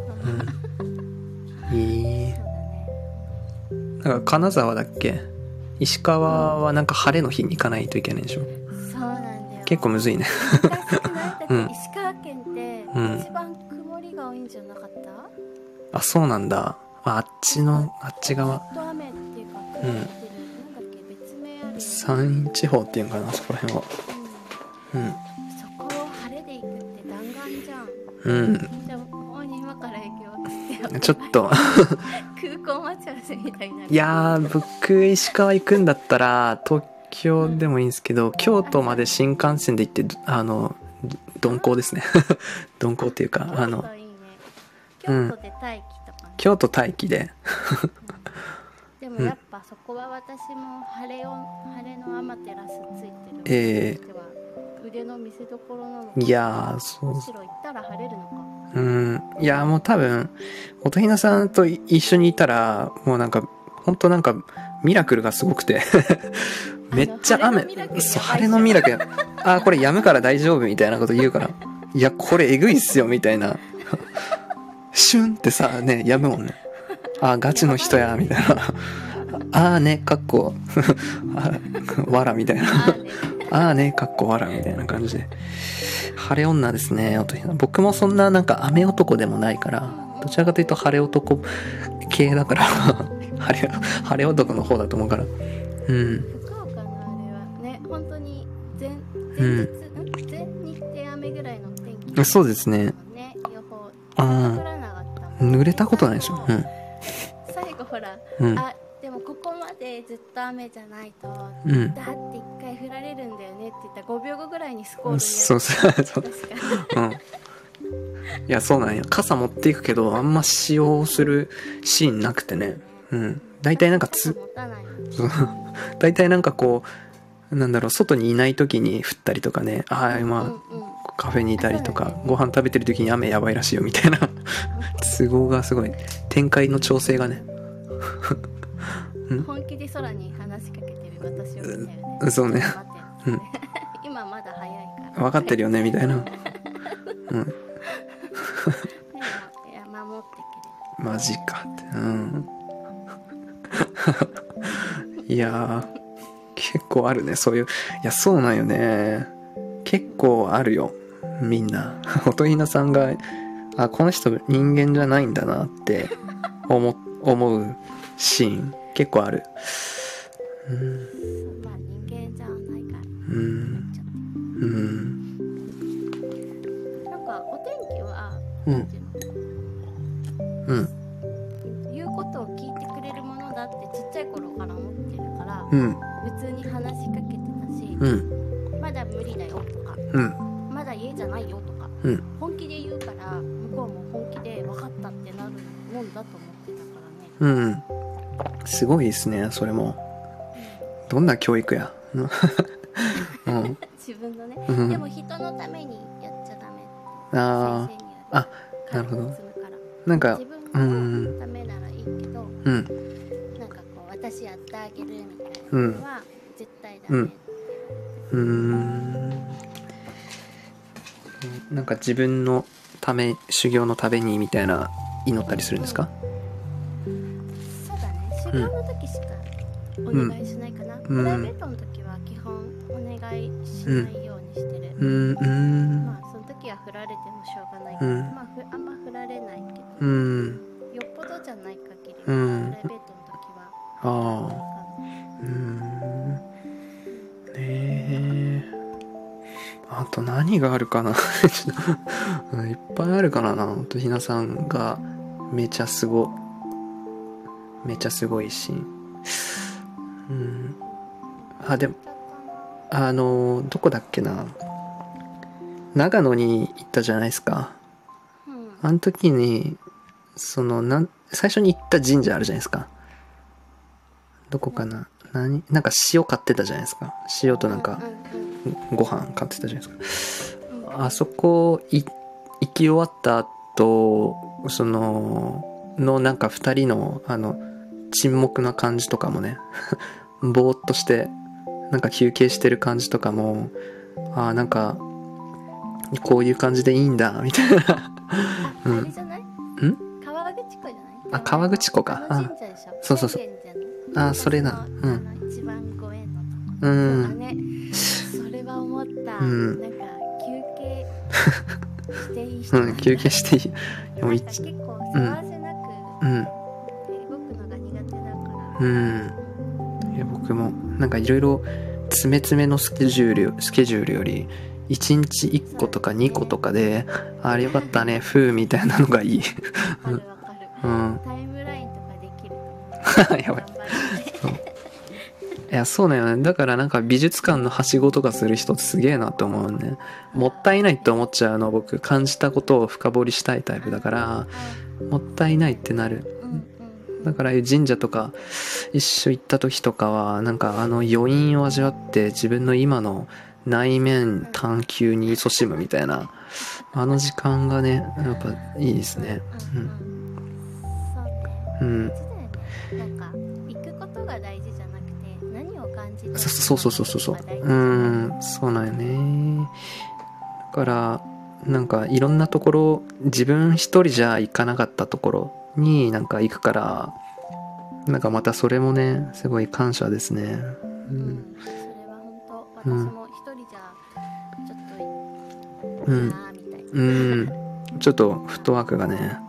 なんか金沢だっけ、石川はなんか晴れの日に行かないといけないでしょ。 そうなんだよ。 結構むずいね石川県って一番曇りが多いんじゃなかった？ そうなんだ。あっち側。 ずっと雨っていうか、なんだっけ別名あるよね。 山陰地方っていうのかな、そこら辺は。 そこを晴うん。 じゃあもう今から行くよってちょっと空港待ち合わせみたいになる。 いやー、僕石川行くんだったら東京でもいいんですけど、京都まで新幹線で行って鈍行ですね鈍行っていうか京都いいね。京都で待機とか、ね、 京都待機ででもやっぱそこは私も晴れのアマテラスついてるは腕の見せ所なのか。 いやー、そう。 むしろ行ったら晴れるのか。 いやー、もう多分音ひなさんと一緒にいたらもうなんか本当なんかミラクルがすごくてめっちゃ雨、そう、晴れのミラクルあ、これ止むから大丈夫みたいなこと言うから、いやこれえぐいっすよみたいなシュンってさね、止むもんね。あ、ガチの人やみたいなあーねかっこわらみたいなあーねかっこわらみたいな感じで晴れ女ですね。僕もそんななんか雨男でもないから、どちらかというと晴れ男系だから晴れ男の方だと思うから。 福岡のあれはね、本当に全日程雨ぐらいの天気、 そうですね。 予報降らなかったもん。 濡れたことないですよ。 最後ほら、あ、でもここまでずっと雨じゃないと、だって一回降られるんだよねって言ったら5秒後ぐらいにスコールにそういや、そうなんや。傘持っていくけどあんま使用するシーンなくてね。大体なんか大体なんかこうなんだろう、外にいない時に降ったりとかね。あ、今カフェにいたりとかご飯食べてる時に雨やばいらしいよみたいな都合がすごい、展開の調整がね本気で空に話しかけてる私を見たよね。 そうね今まだ早いから分かってるよねみたいな。いや、 守ってくれマジかっていやー、結構あるねそういう。いや、そうなんよね。結構あるよみんな音ひなさんが、あ、この人人間じゃないんだなって思うシーン結構ある。 まあ人間じゃないから。なんかお天気は、言うことを聞いてくれるものだってちっちゃい頃から思ってるから、普通に話しかけてたし、まだ無理だよとか、まだ家じゃないよとか、本気で言うから向こうも本気で分かったってなるもんだと思ってたからね。 すごいですねそれも。どんな教育や自分のね、でも人のためにやっちゃダメ。先生にはなるほど。なんか自分のためならいいけど、なんかこう私やってあげるみたいなのは絶対ダメ。 なんか自分のため、修行のためにみたいな祈ったりするんですか？ そうだね、修行の時しかお願いしないかな。プライベートの時は基本お願いしないようにしてる。まあその時は振られてもしょうがないけど、まああんま振られないけど、よっぽどじゃない限りはプライベートの時はあと何があるかないっぱいあるからな。音ひなさんがめちゃすごいし、でもどこだっけな、長野に行ったじゃないですか。あの時に最初に行った神社あるじゃないですか。どこかな、なんか塩買ってたじゃないですか。塩となんかご飯買ってたじゃないですか。あそこ行き終わった後、なんか二人の沈黙な感じとかもねぼーっとしてなんか休憩してる感じとかも、なんかこういう感じでいいんだみたいなあれじゃない？川口湖じゃない？ 川口湖か。そうそう。それだ。 一番ご縁のとこ。ね、それは思った。なんか休憩していい人。 休憩していい。 でも結構騒せなく動くのが苦手だから。 いや僕もなんかいろいろ詰めのスケジュールより 1日1個とか2個とかで、あれよかったねふうみたいなのがいい。 わかるわかる、うん、タイムラインとかできると思う。やばい。 いやそうだよね。だからなんか美術館のはしごとかする人ってすげえなって思うね。もったいないって思っちゃうの。僕感じたことを深掘りしたいタイプだから、もったいないってなる。だから神社とか一緒行った時とかはなんか余韻を味わって自分の今の内面探求に勤しむみたいな時間がねやっぱいいですね。 うん。なんか行くことが大事じゃなくて何を感じてるか。 そうそうなんよね。だからなんかいろんなところ自分一人じゃ行かなかったところになんか行くからなんかまたそれもねすごい感謝ですね。 それは本当私も一人じゃちょっとなみたいな。 ちょっとフットワークがね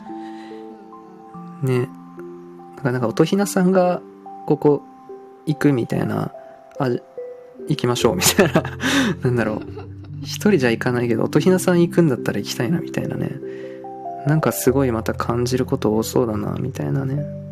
なんか音ひなさんがここ行くみたいな、行きましょうみたいななんだろう、一人じゃ行かないけど音ひなさん行くんだったら行きたいなみたいなね、なんかすごいまた感じること多そうだなみたいなね。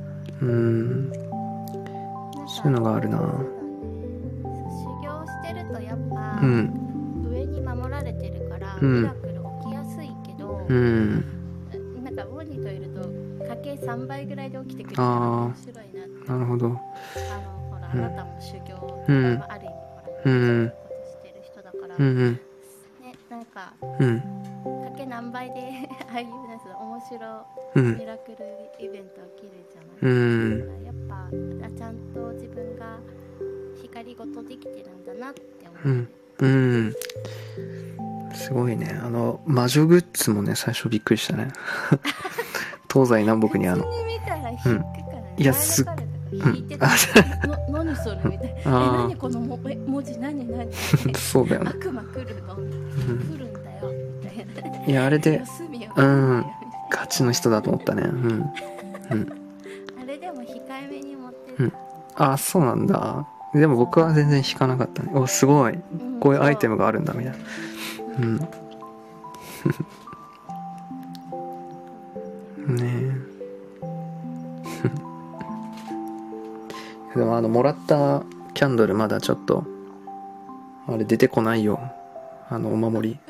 そういうのがあるな。 修行してるとやっぱ、上に守られてるから、ミラクル起きやすいけど、なんかモニといると家計3倍ぐらいで起きてくるから面白いなって。 なるほど。 ほら、あなたも修行、ある意味ほら、ことしてる人だから、ね、なんか、家計何倍でああいうやつ面白いミラクルイベント起きるじゃないですか。やっぱちゃんと自分が光ごとできてるんだなって思う。 すごいね。魔女グッズもね最初びっくりしたね東西南北にいやすっ引いてた何それみたいな。何この文字何そうだよね。 悪魔来るの、来るんだよみたいな。 いやあれでガチの人だと思ったね。 あれでも控えめに持ってた。そうなんだ。でも僕は全然引かなかったね。おすごい、こういうアイテムがあるんだみたいな。ねえでももらったキャンドルまだちょっとあれ出てこないよ、お守り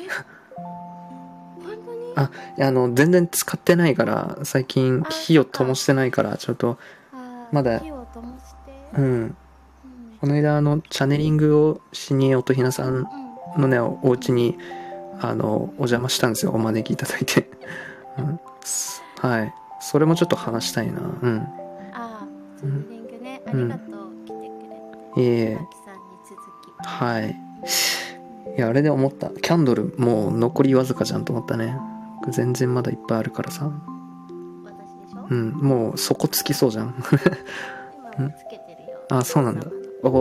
全然使ってないから最近火を灯してないからちょっとまだ火を灯してこの間チャネリングをしに音ひなさんのねお家にお邪魔したんですよ。お招きいただいてはい、それもちょっと話したいな。 チャネリングね、ありがとう、来てくれて。さんに続き。 はい。いやあれで思った。キャンドルもう残りわずかじゃんと思ったね。全然まだいっぱいあるからさ。 私でしょ？ もう底つきそうじゃん。 今つけてるよ。 そうなんだ。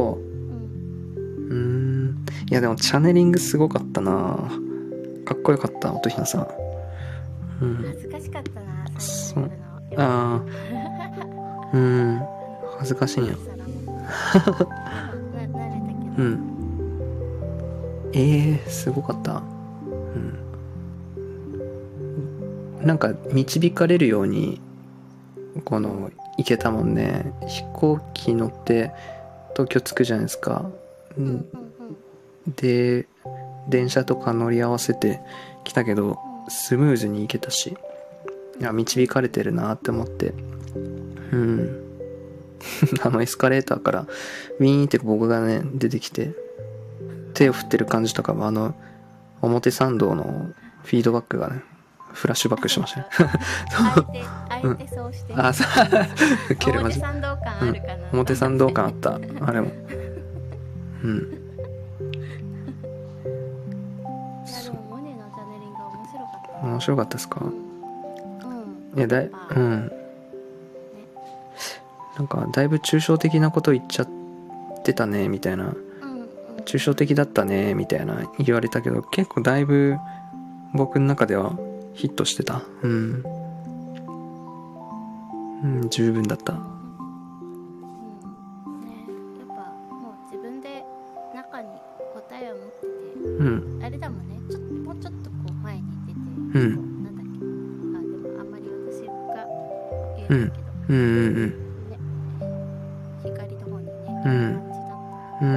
いやでもチャネリングすごかったな。かっこよかった音ひなさん。 恥ずかしかったな最初やるの。 恥ずかしいんや。 慣れたけど。 すごかった。なんか導かれるように行けたもんね。飛行機乗って東京着くじゃないですか。で電車とか乗り合わせてきたけどスムーズに行けたし、いや導かれてるなって思って。エスカレーターからウィーンって僕がね出てきて手を振ってる感じとかも表参道のフィードバックがねフラッシュバックしましたね。 あえてそうして表参道感あるかな。 表参道感あったあれも。 モネのチャネリングが面白かった。 面白かったですか？いやなんかだいぶ抽象的なこと言っちゃってたねみたいな、抽象的だったねみたいな言われたけど結構だいぶ僕の中ではヒットしてた。十分だった。 やっぱもう自分で中に答えを持ってて、あれだもんね。 うん、 なんだっけ、あ、でもあんまり私が言えうんないけど、 うんうんね、光の方にね、いいうん感じだっうん。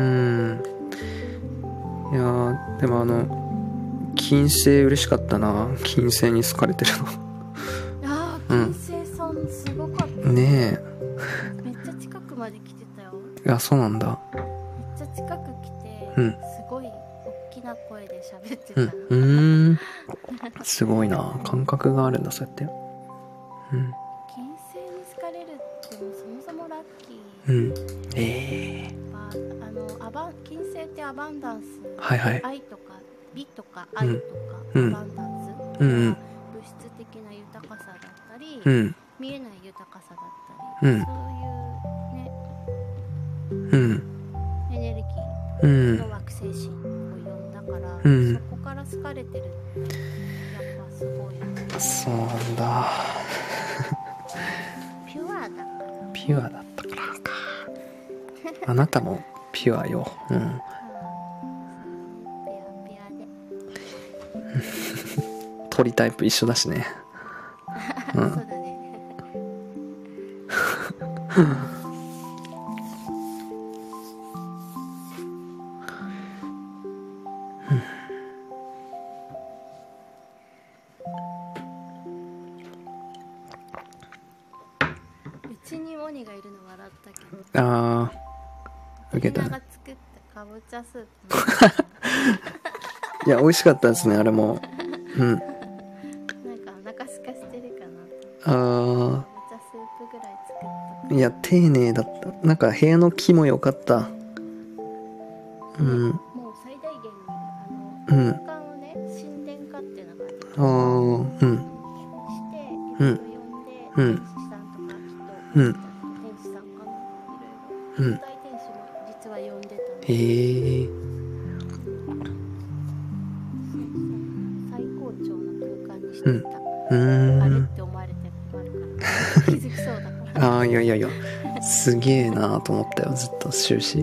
いやーでも金星嬉しかったな。金星に好かれてるの。 た。ああ、 うん金星さんすごかった。 ねめっちゃ近くまで来てたよ。 え。いやそうなんだ。 めっちゃ近く来て、 うんすごい大きな声で喋ってうんた。 すごいな。感覚があるんだそうやって。 金星に好かれるってもそもそもラッキうんー。金星ってアバンダンス、 はいはい。 愛とか美とか愛とか、 うんアバンダンス、 うん物質的な豊かさだったり、 うん見えない豊かさだったり、 うんそういうねうんエネルギうんーの惑星神を呼んだから、 うんそこから好かれてるってやっぱすごいよね。 そうなんだ。 ピュアだから。 ピュアだったからか。あなたもピュアよ。うん。 ピュアで鳥タイプ一緒だしね。 そうだね。うちにモニがいるの笑ったけど。 あー受けたみんなが作ったかぼちゃスープ。 いや美味しかったですねあれも。うんなんかお腹すかしてるかな。 あかぼちゃスープぐらい作った。 ーいや丁寧だった。なんか部屋の木も良かった。うんもう最大限に空間をね、神殿化っていうのがあって、 あーうんしていろいろ呼んで、 うん天使さんとかきっと、 うん天使さんかな、いろいろうん大天使も実は呼んでたの。 へえ最高潮の空間にしてた。あれって思われて困るから気づきそうだから。 ああいやいやいやすげえなと思ったよずっと終始。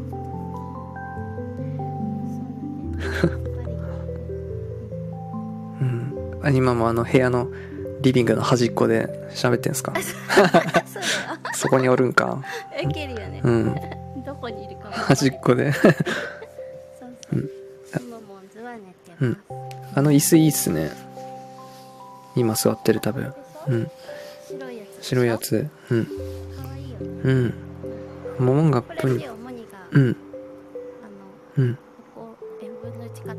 今も部屋のリビングの端っこで喋ってんすか？ そうだよ。 そこにおるんか。 いけるよね。 うんどこにいるかも。 端っこでそうそう。スモモンズは寝てます。 椅子いいっすね。今座ってる多分。 白いやつ。 白いやつ。 可愛いよね。 モモンがこれで主にがここ塩分のうち買った。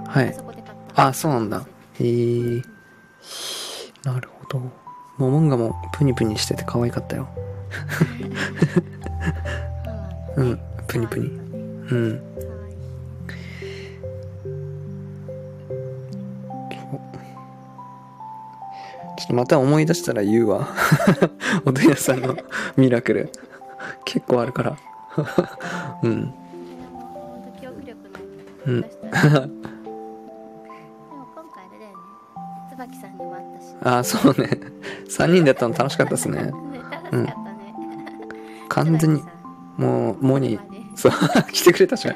はいあそこで買った。 あそうなんだ。へえなるほど。モモンガもプニプニしてて可愛かったよ。プニプニ。ちょっとまた思い出したら言うわ。おでん屋さんのミラクル結構あるから。 記憶力ない出したら。でも今回あれだよね。椿さんにも会ったし。 あそうね。3人でやったの楽しかったですね。 楽しかったね。 完全にもうモニそう来てくれたし。 2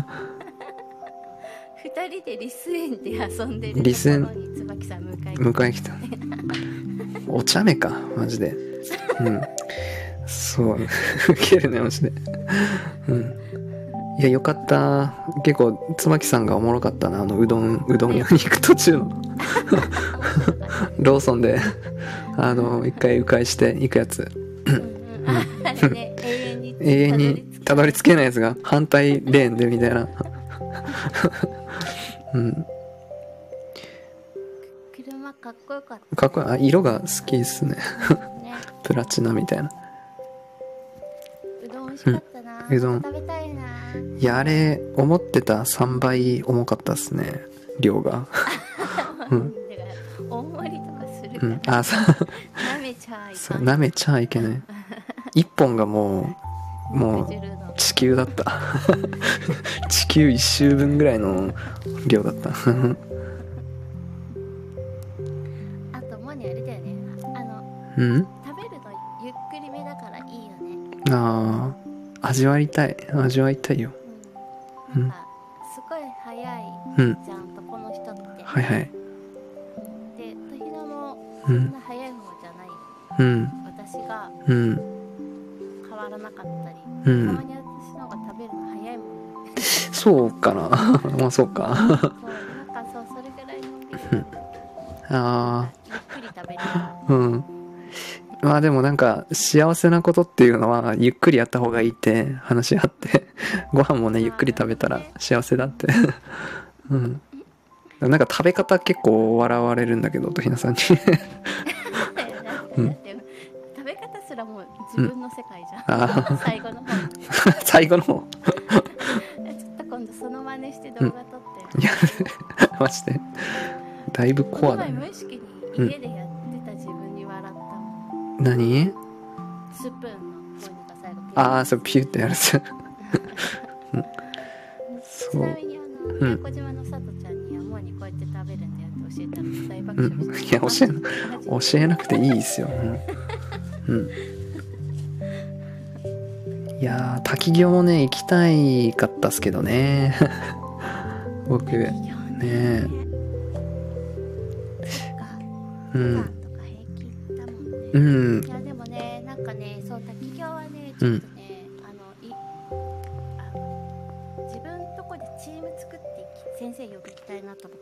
人でリス園で遊んでるところにリス園椿さん迎え来た。お茶目かマジで。そうウケるねマジで。いやよかった。結構椿さんがおもろかったな。うどん屋に行く途中のローソンで一回迂回して行くやつ。永遠にたどり着けないやつが反対レーンでみたいな。 車かっこよかった。 かっこいい。色が好きですね。プラチナみたいな。 うどん美味しかったな。 うどん食べたいな。 いやあれ思ってた3倍重かったっすね量が。 だから大盛りとかするから。舐めちゃいけない。 舐めちゃいけない。1本がもう地球だった。地球1周分ぐらいの量だった。 あとモニあれだよね。食べるのゆっくりめだからいいよね。 ああ味わいたいよ。 なんかすごい早いじゃんとこの人って。 はいはい。 そんな早い方じゃない、 うん、 私がうん、 変わらなかったり、 うん、 たまに私の方が食べるの早いもんね。 そうかなまあそうかそう、なんかそう、それぐらいのんびり食べてあゆっくり食べる。 うんまあでもなんか幸せなことっていうのはゆっくりやった方がいいって話し合ってご飯もねゆっくり食べたら幸せだってうんなんか食べ方結構笑われるんだけどとひなさんにだって食べ方すらもう自分の世界じゃん、最後の方最後の方ちょっと今度その真似して動画撮って、 いやマジでだいぶコアだね。 無意識に家でやってた自分に笑ったもん、 何スプーンのこういうのが最後ああそうピューってやるやつちなみに宮古島のさとちゃんにはもうにこうやって食べるんだよって教えたら大爆笑して、 いや教えなくていいですよ、いや滝行もね行きたいかったっすけどね僕ねいやでもねなんかねそう滝行はねちょっとね、自分のとこでチーム作って先生呼びたいなと思った。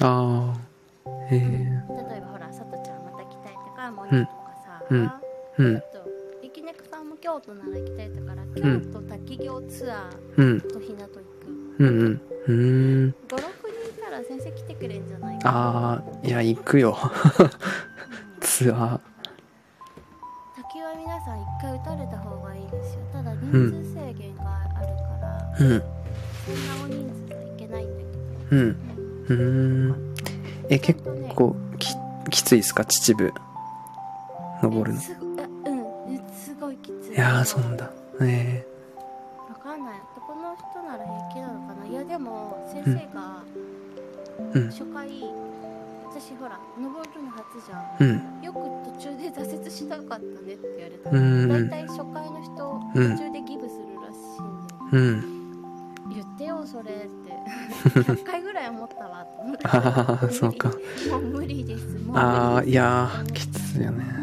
ああ例えばほらさとちゃんまた来たいとかモニとかさ、ちょっといきねくさんも京都なら行きたいだから、京都滝行ツアーとひなと行く。5、6人いたら先生来てくれんじゃないかな。 ああいや行くよツアー滝は皆さん1回打たれた方がいいですよ。ただ人数制限があるから、そんな大人数はいけないんだけど、 結構きついですか秩父登るの。 すごいきつい。 いやーそうなんだ。 わかんない。この人なら平気なのかな。いやでも先生が初回、私ほら登るの初じゃん、よく途中で挫折しなかったねって言われた。だいたい初回の人途中でギブするらしいんで、言ってよそれって100回ぐらい思ったわと思ってああそうかもう無理です。 ああいやーきついよね。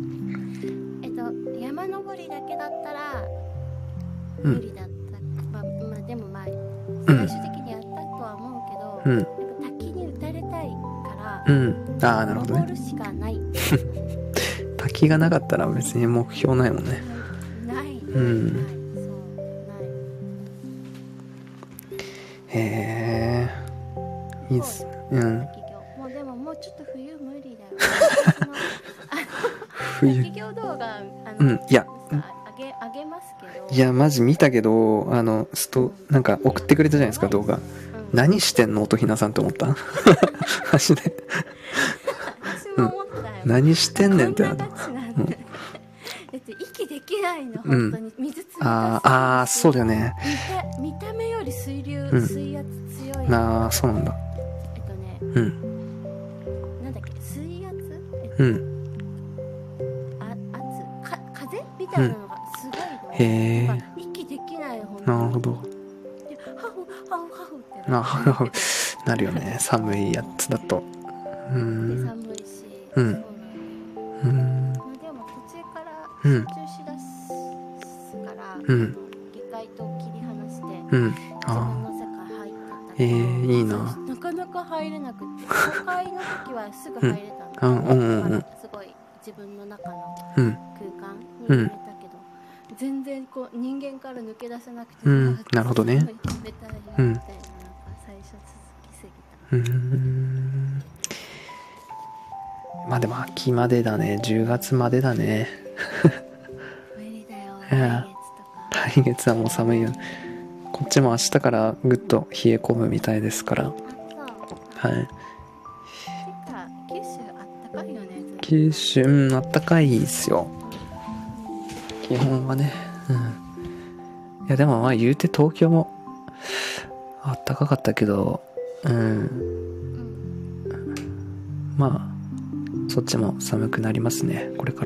山登りだけだったら無理だった、でも最終的にやったとは思うけど、やっぱ滝に打たれたいから、 ああなるほどね、 登るしかない滝がなかったら別に目標ないもんね。 ない、そうないへえいいっすね。 もうでももうちょっと冬無理だよ滝行動画いやあげますけど、 いやマジ見たけどなんか送ってくれたじゃないですか動画、何してんの音ひなさんって思ったマジで私も思ったよ、 何してんねんってなった。 だって息できないの本当に、水冷たあそうだよね。 見た目より水圧強い。 そうなんだ。 なんだっけ水圧風みたいなのがすごいの、 へえ息できないほんとに。 なるほど。 ハフってなるよね寒いやつだと。 寒いし、そうなの。でも途中から集中しだすから、下界と切り離して、自分の世界入ってた。 いいな。 なかなか入れなくて、初回の時はすぐ入れたの。すごい自分の中の空間に入れたけど、全然こう人間から抜け出せなくて、 なるほどね。 冷たいよみたいな、なんか最初続きすぎた。 まあでも秋までだね、10月までだね。 無理だよ、 来月はもう寒いよ。こっちも明日からぐっと冷え込むみたいですから。はい。 九州あったかいよね。 九州あったかいですよ。基本はね。いやでも言うて東京もあったかかったけど、そっちも寒くなりますねこれから。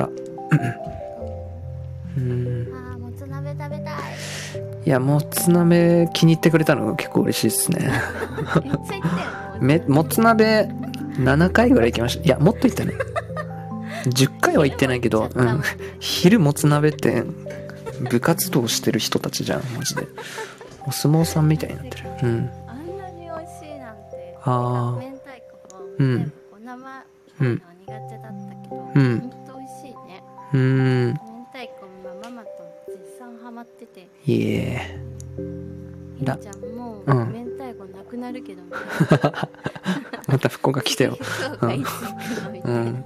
もつ鍋食べたい。 いやもつ鍋気に入ってくれたの結構嬉しいですねもつ鍋7回ぐらい行きました。いやもっと行ったね 10回は行ってないけど、昼もつ鍋って部活動してる人たちじゃんマジで。お相撲さんみたいになってる。 あんなに美味しいなんて。明太子も全部生の苦手だったけど、ほんと美味しいね。明太子もママと絶賛ハマってて。 いえ。 ひなちゃんも明太子なくなるけどみたいな。 また福岡来てよ。 福岡いつ行くのみたいな。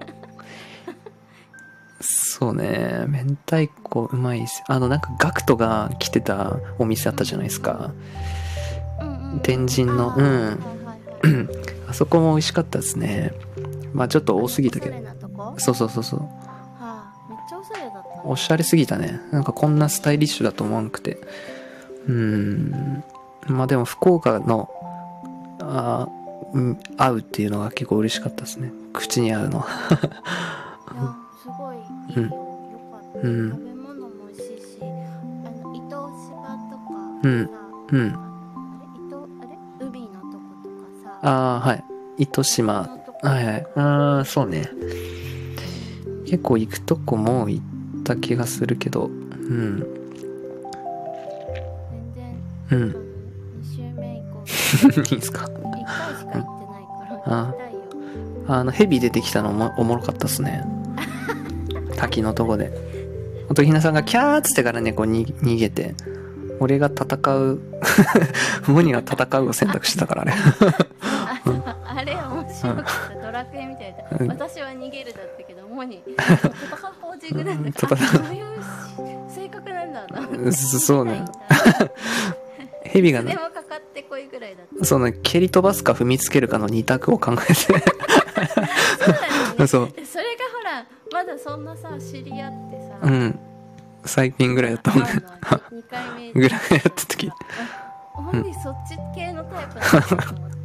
そうね、明太子うまいっす。なんかガクトが来てたお店あったじゃないですか。天神の、あそこも美味しかったですね。まあちょっと多すぎたけど。そう。 めっちゃおしゃれだったね。 おしゃれすぎたね。なんかこんなスタイリッシュだと思わなくて。まあでも福岡の合うっていうのが結構嬉しかったですね。口に合うの。 すごいいいよ、よかった。食べ物も美味しいし、糸島とかさ、海のとことかさ、 はい、糸島、はい、そうね。結構行くとこも行った気がするけど、 全然、2週目以降いいんすか。 1回しか行ってないから行きたいよ。 ヘビ出てきたのもおもろかったっすね。滝のとこで。あとひなさんがキャーっつってからね、こう逃げて、俺が戦う、モニが戦うを選択してたからね。 あれ面白かった。ドラクエみたいな。私は逃げるだったけど、モニ、戦うポージングなんだから、そういう性格なんだな。 そうね。ヘビがね、 でもかかってこいぐらいだった。 その蹴り飛ばすか踏みつけるかの2択を考えて。そうだね。それがほら、まだそんなさ、知り合ってさ。 最近ぐらいだったもんね。 2回目ぐらいやった時。 モニそっち系のタイプだなと思って。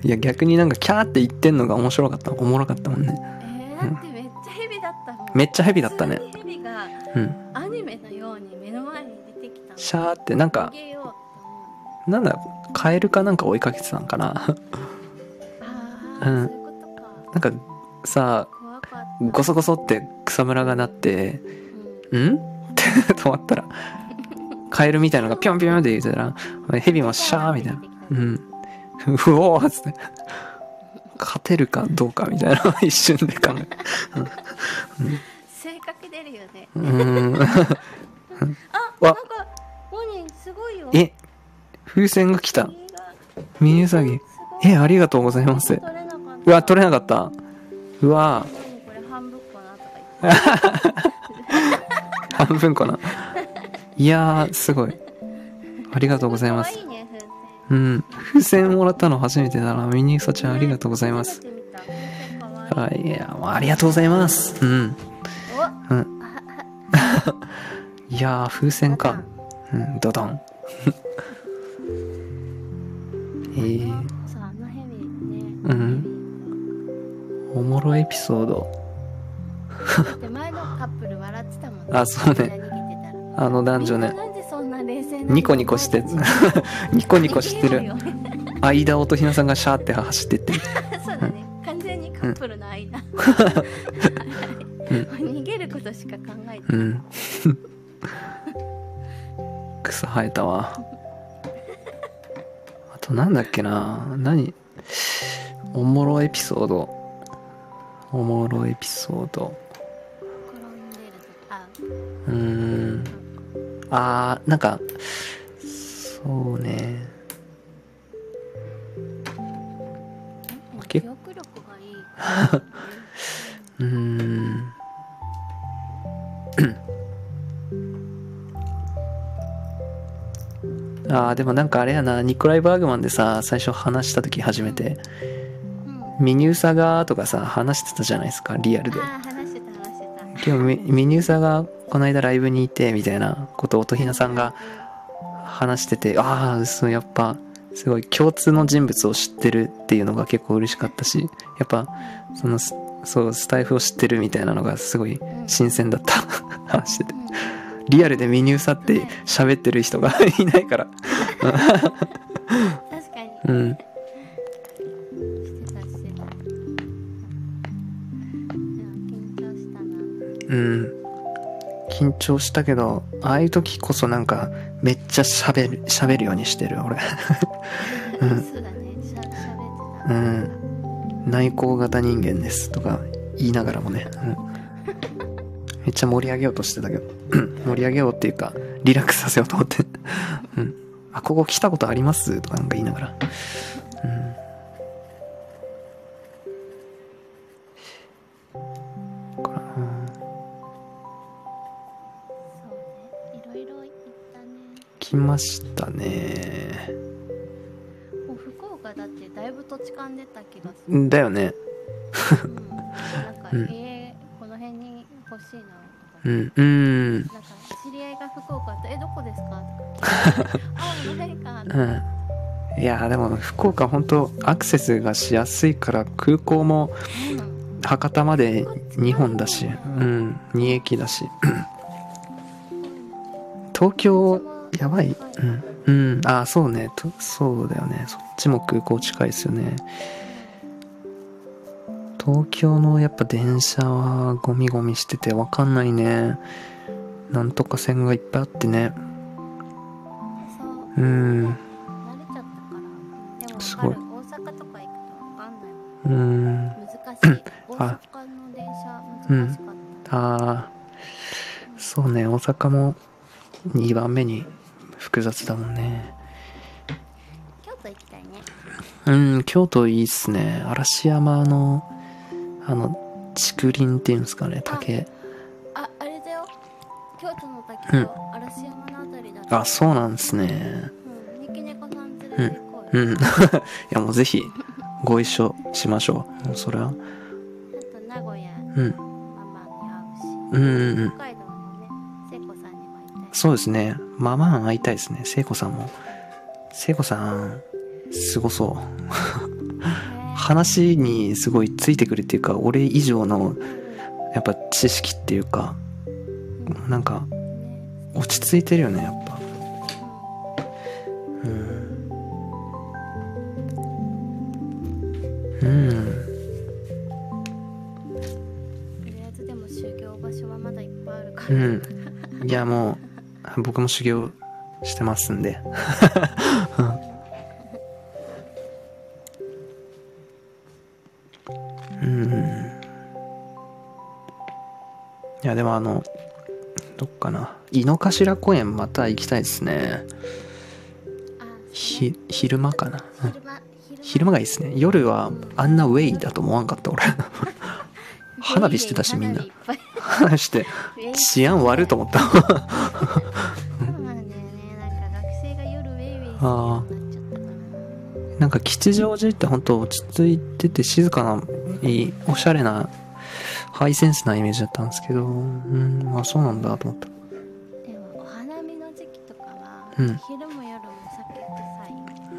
いや逆になんかキャーって言ってんのが面白かった、おもろかったもんね。 だってめっちゃヘビだったもん。 めっちゃヘビだったね。 ヘビがアニメのように目の前に出てきたの。 シャーってなんかなんだカエルかなんか追いかけてたんかな。 そういうことか。 なんかさ、ゴソゴソって草むらが鳴って、って止まったらカエルみたいなのがピョンピョンって言ってたらヘビもシャーみたいな、うおーっつって勝てるかどうかみたいな一瞬で考え性格出るよね。なんかモニすごいよ。 風船が来た。ミニウサギ、ありがとうございます。うわ取れなかった。うわこれ半分かなとか言って半分かな。いやーすごいありがとうございます。風船もらったの初めてだな。ミニウサちゃんありがとうございます。いやありがとうございます。いやー風船か。ドドン。 そうあのヘビね。 おもろエピソード。 で前のカップル笑ってたもんね。 そうね。男女ね。 なんでそんな冷静なニコニコしてニコニコしてる間をとひなさんがシャーって走ってってる。 そうだね。完全にカップルの間。逃げることしか考えてない。 草生えたわ。あとなんだっけな。おもろエピソード。なんかそうね。 記憶力がいい。 でもなんかあれやな、ニコライ・バーグマンでさ最初話した時初めて、ミニウサがとかさ話してたじゃないですか、リアルで。 話してた。 今日ミニウサがこの間ライブにいてみたいなことを音ひなさんが話してて、そうやっぱすごい共通の人物を知ってるっていうのが結構嬉しかったし、やっぱスタイフを知ってるみたいなのがすごい新鮮だった。話してて、リアルでミニウサって喋ってる人がいないから。 確かに。 緊張したけど、ああいう時こそなんかめっちゃ喋るようにしてる俺。 そうだね、喋ってた。 内向型人間ですとか言いながらもね、めっちゃ盛り上げようとしてたけど、盛り上げようっていうかリラックスさせようと思って、あ、ここ来たことありますとかなんか言いながら、来ましたね。 もう福岡だってだいぶ土地勘出た気がする。 だよね。 なんか、この辺に欲しいなとか。なんか知り合いが福岡ってどこですかとか。あ、この辺か。 いやでも福岡本当アクセスがしやすいから空港も博多まで2本だし、2駅だし。東京やばい。あ、そうね。そうだよね。そっちも空港近いですよね。東京のやっぱ電車はゴミゴミしててわかんないね。なんとか線がいっぱいあってね。 慣れちゃったから。でもすごい。 大阪とか行くとわかんないもん。難しい。大阪の電車難しかった。 そうね。大阪も2番目に複雑だもんね。 京都行きたいね。 京都いいっすね。嵐山の竹林っていうんですかね、竹。 あれだよ。京都の滝と嵐山のあたりだった。 あ、そうなんですね。 三木猫さん連れて行こうよ。 いやもうぜひご一緒しましょう。もうそれは。あと名古屋のママに会うし。北海道のね、聖子さんにも会いたい。 そうですね。ママ会いたいですね。聖子さんも。聖子さんすごそう。話にすごいついてくるっていうか、俺以上のやっぱ知識っていうか、なんか落ち着いてるよね、やっぱ。 とりあえずでも修行場所はまだいっぱいあるから。 いやもう僕も修行してますんで。いやでもどっかな、井の頭公園また行きたいですね。昼間かな。昼間がいいですね。夜はあんなウェイだと思わんかった俺。花火してたしみんな。花火して治安悪いと思った。 そうなんだよね。なんか学生が夜ウェイウェイするようになっちゃったかな。 なんか吉祥寺って本当落ち着いてて静かないいおしゃれなハイセンスなイメージだったんですけど、あ、そうなんだと思った。 でもお花見の時期とかは、昼も夜も避けてさい。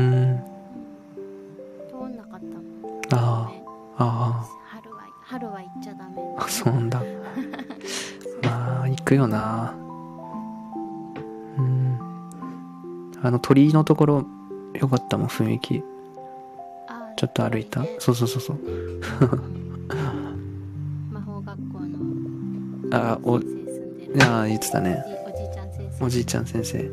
通んなかったもん。春は行っちゃダメ。 あ、そうなんだ。まあ行くよな。鳥居のところよかったもん、雰囲気。ちょっと歩いた。そう。 魔法学校の言ってたね。おじいちゃん先生。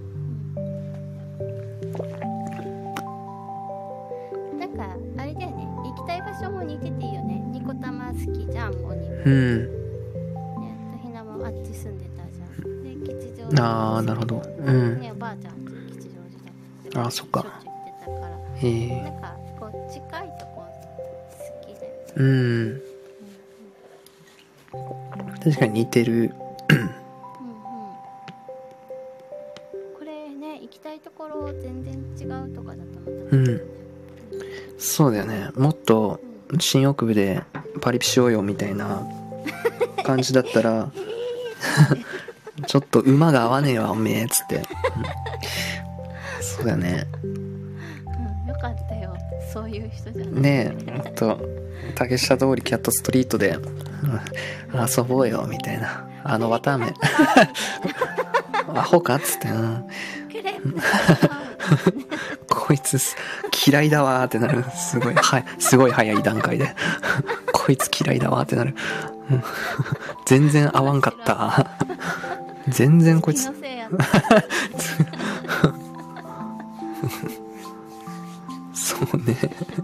なんかあれだよね。行きたい場所も似てていいよね。ニコタマ好きじゃん、もうに。ひなもあっち住んでたじゃん。で吉祥寺。 なるほど。 ね、おばあちゃん吉祥寺だった。 そっか。 しょっちゅう行ってたから。なんかこう近いとこ好きだよね。 確かに似てる。 これね、行きたいところ全然違うとかだと思った。 そうだよね。もっと新大久保でパリピしようよみたいな感じだったらちょっと馬が合わねえわおめえっつって、そうだよね。 よかったよ、そういう人じゃないねえ。もっと竹下通りキャットストリートで、遊ぼうよみたいな、綿あめアホかっつって、こいつ嫌いだわーってなる。すごい早い段階でこいつ嫌いだわーってなる。 全然合わんかった全然こいつそうね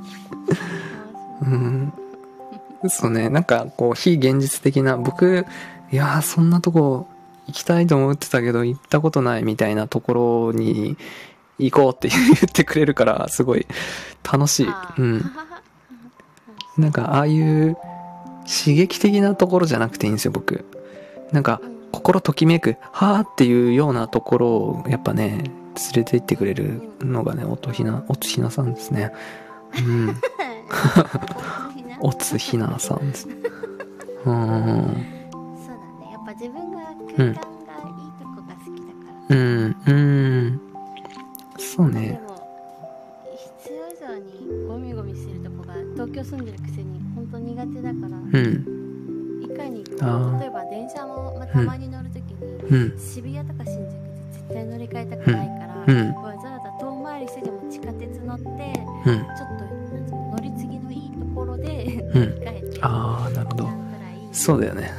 そうね、なんかこう非現実的な、僕いやーそんなとこ行きたいと思ってたけど行ったことないみたいなところに行こうって言ってくれるからすごい楽しい。なんかああいう刺激的なところじゃなくていいんですよ僕。なんか心ときめくはーっていうようなところをやっぱね連れて行ってくれるのがね音ひなさんですね。おつひなさんです。 そうだね、やっぱ自分が空間がいいとこが好きだから。 そうね。 でも必要以上にゴミゴミしてるとこが東京住んでるくせに本当苦手だから。いかに例えば電車も、たまに乗るときに、渋谷とか新宿で絶対乗り換えたくないから、わざわざ遠回りしてでも地下鉄乗って、ちょっと乗り継ぎのいいところで乗り換えて、 ああなるほど。そうだよね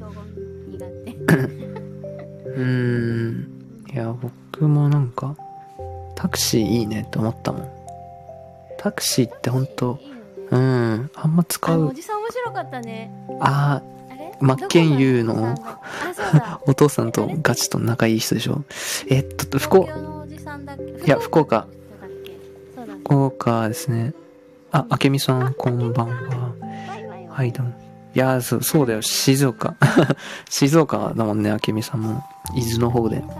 いや僕もなんかタクシーいいねって思ったもん。タクシーってほんとあんま使う。 おじさん面白かったね。 真剣佑のお父さんとガチと仲いい人でしょ。いや福岡ですね。あけみさんこんばんは。はいどうも。いやそうだよ静岡静岡だもんね。あけみさんも伊豆の方で。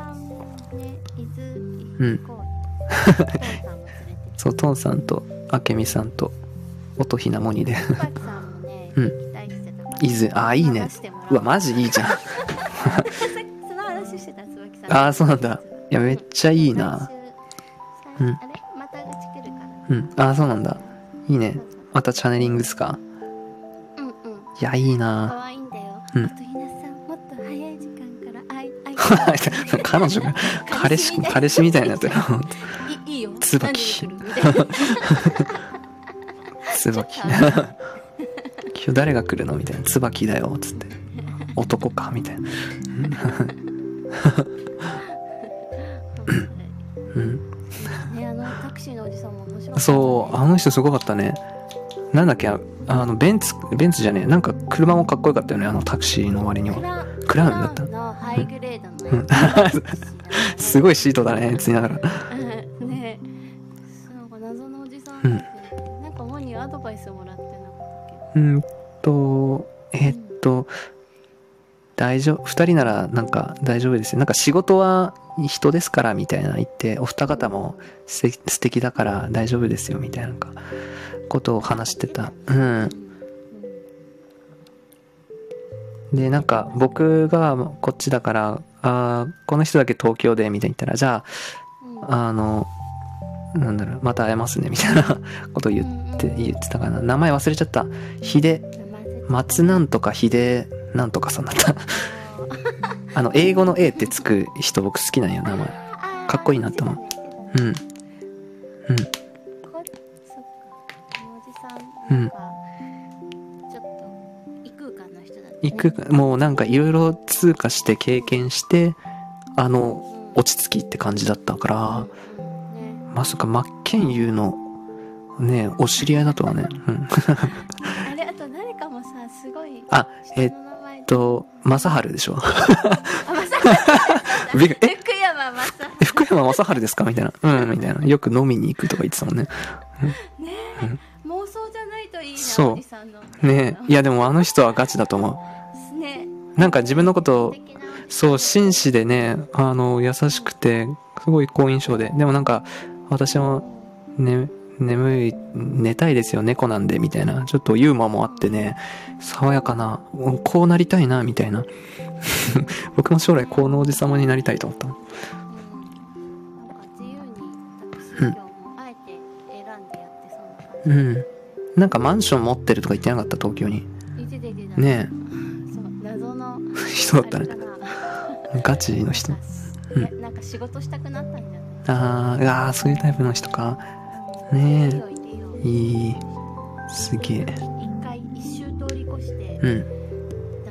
そうトンさんとあけみさんと音ひなもにで伊豆いいね。うわマジいいじゃんその話してた椿さん。 そうなんだ。いやめっちゃいいな。 またうち来るから。 そうなんだ。いいね。またチャネリングですか。いやいいな。 可愛いんだよ。音ひなさんもっと早い時間から彼女が彼氏みたいになってるいいよ椿椿今日誰が来るのみたいな。椿だよつって男かみたいなタクシーのおじさんも面白かったね。 そうあの人すごかったね。なんだっけベンツじゃねえ、なんか車もかっこよかったよね。タクシーの割にはクラウンだった。 ハイグレードのすごいシートだねついながらね。なんか謎のおじさんって、なんか主にアドバイスもらってなかったっけ。 大丈夫2人ならなんか大丈夫ですよ。なんか仕事は人ですからみたいな言って、お二方も素敵だから大丈夫ですよみたいなことを話してた。でなんか僕がこっちだからこの人だけ東京でみたいに言ったら、じゃあなんだろうまた会えますねみたいなことを言ってたかな。名前忘れちゃった。松なんとか秀なんとかさんだった英語の A ってつく人僕好きなんよ。名前かっこいいなって思う。 そっか、このおじさんなんかちょっと異空間の人だったね。 もうなんかいろいろ通過して経験して落ち着きって感じだったから、まさか真剣佑のねお知り合いだとはね。 あれあと誰かもさすごい正治でしょ。福山雅治ですかみたいな。みたいな。よく飲みに行くとか言ってたもんね。 妄想じゃないといいな。 そうね。いやでもあの人はガチだと思う。なんか自分のことそう紳士でね優しくてすごい好印象で。でもなんか私もね寝たいですよ猫なんでみたいな、ちょっとユーモアもあってね、爽やかな、こうなりたいなみたいな僕も将来このおじさまになりたいと思った。 なんか自由にタクシー業もあえて選んでやってそうな感じ。 なんかマンション持ってるとか言ってなかった東京に。ねえそう謎の人だったね。ガチの人。 なんか仕事したくなったんじゃない。 そういうタイプの人か。ねえいいすげえ。 一周通り越して、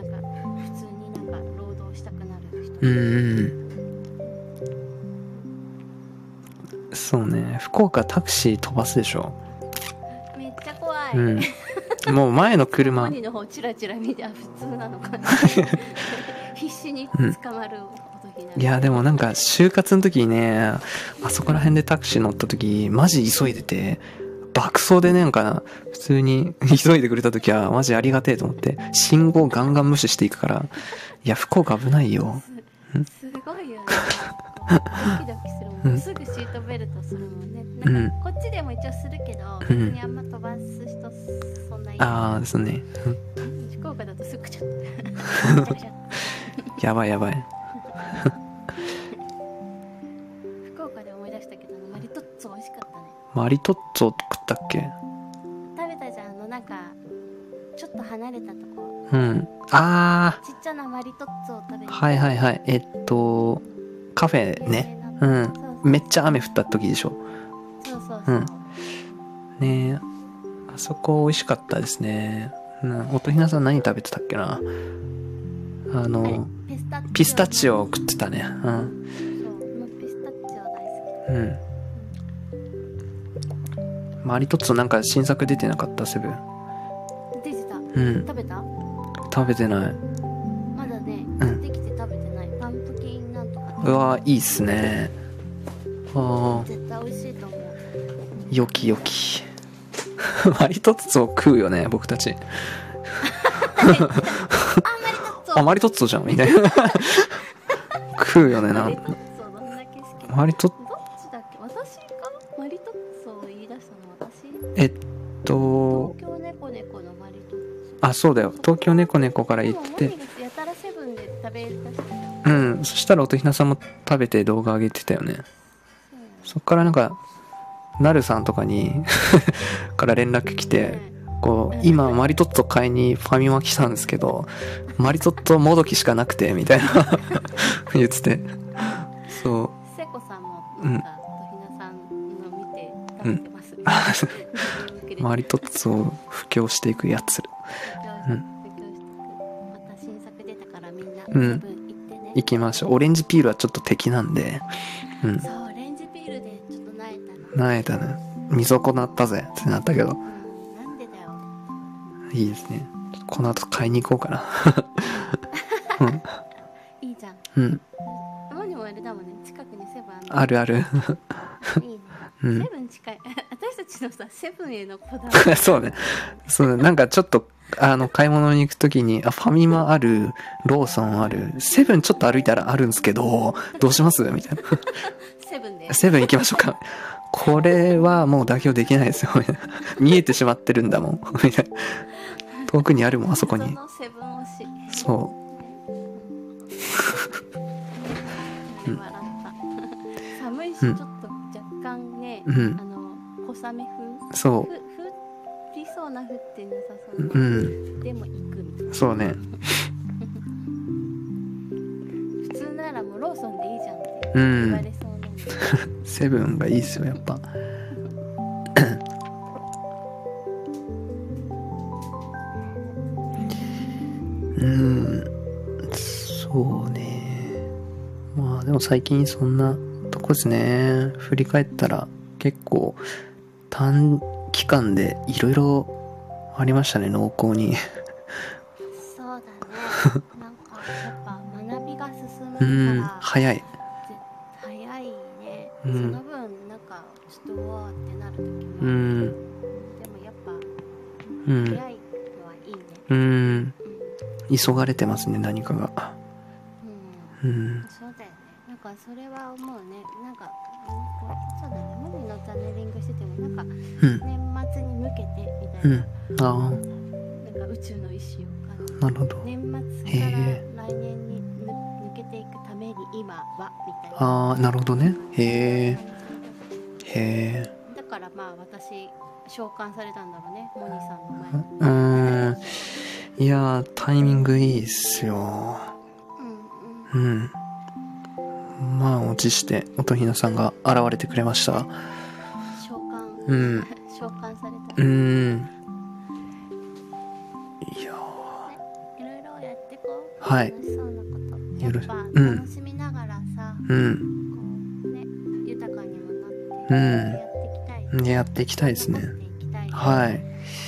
そうね、福岡タクシー飛ばすでしょ。 めっちゃ怖い。 もう前の車。 の方チラチラ見て、普通なのかな。必死に捕まる音になる。 いやでもなんか就活の時にね、あそこら辺でタクシー乗った時マジ急いでて、爆走でね、なんかな、普通に急いでくれた時はマジありがてえと思って、信号ガンガン無視していくから、いや福岡危ないよ。 すごいよね。ドキドキするもん。すぐシートベルトするもんね。なんかこっちでも一応するけど、別にあんま飛ばす人そんないない。 ああですね。 福岡だとすぐちょっとやばいやばい。 福岡で思い出したけど、マリトッツォ美味しかったね。 マリトッツォ食ったっけ？ 食べたじゃん。なんかちょっと離れたとこ。 あちっちゃなマリトッツォを食べる。 はいはいはい。カフェね。めっちゃ雨降った時でしょ。 そうねえ、あそこ美味しかったですね。音ひなさん何食べてたっけな。ピスタチオ食ってたね。 そう、ピスタチオ大好き。 マリトッツォなんか新作出てなかった？セブン出てた。食べた？ 食べてない。 まだね、買ってきて食べてない。パンプキンなんとか。 うわいいっすね。 絶対美味しいと思う。 よきよき。マリトッツォ食うよね僕たち。マリトッツォじゃんみたいな。食うよねな。マリトッツォどっちだっけ？ 私か？マリトッツォを言い出したの私？ 東京猫猫のマリトッツォ。 あ、そうだよ。東京猫猫から行って。 やたらセブンで食べ出したじゃん。そしたら音ひなさんも食べて動画上げてたよね。そっからなんかなるさんとかにから連絡来て、今マリトッツォ買いにファミマ来たんですけど、マリトッツォもどきしかなくてみたいな言ってて、そう。 セコさんもなんか音ひなさんの見て食べてます。 マリトッツォを布教していくやつ。 また新作出たからみんなセブン行ってね。 行きましょう。オレンジピールはちょっと敵なんで。 そう、オレンジピールでちょっと萎えたの。萎えたね。見損なったぜってなったけど。 なんでだよ。 いいですね。この後買いに行こうかな。 いいじゃん。山にもあれだもんね。近くにセブンあるある。 いいね。セブン近い。私たちのさ、セブンへのこだわり。 そうね。そうね。なんかちょっと買い物に行くときに、ファミマある、ローソンある、セブンちょっと歩いたらあるんですけど、どうしますみたいな。 セブンで。 セブン行きましょうか。これはもう妥協できないですよ。見えてしまってるんだもん。みたいな。遠くにあるもん、あそこに。 そのセブン推し。 そう。 笑った。寒いし、ちょっと若干ね、小雨風。 そう。 降りそうな降ってなさそうな。でも行くみたいな。 そうね。 普通ならもうローソンでいいじゃんって言われそうなので。 セブンがいいっすよ、やっぱ。そうね。まあでも最近そんなとこですね。振り返ったら結構短期間でいろいろありましたね、濃厚に。 そうだね。なんかやっぱ学びが進むから。 早い。 早いね。その分なんかちょっとうわーってなる時もある。でもやっぱ早いのはいいね。 急がれてますね、何かが。 そうだよね。なんかそれは思うね。なんかそうだね。モネのチャネリングしててもなんか年末に向けてみたいな。なんか宇宙の意志を感じる。 なるほど。 年末から来年に抜けていくために今はみたいな。 なるほどね。へえ。 だからまあ私召喚されたんだろうね。モニさんの前に。 いやタイミングいいっすよ。満を持して音ひなさんが現れてくれました。 召喚された。 いやいろいろやってこう。 はい。 楽しそうなこと。 やっぱ楽しみながらさ、こうね、豊かにもなってやっていきたいですね。 はい。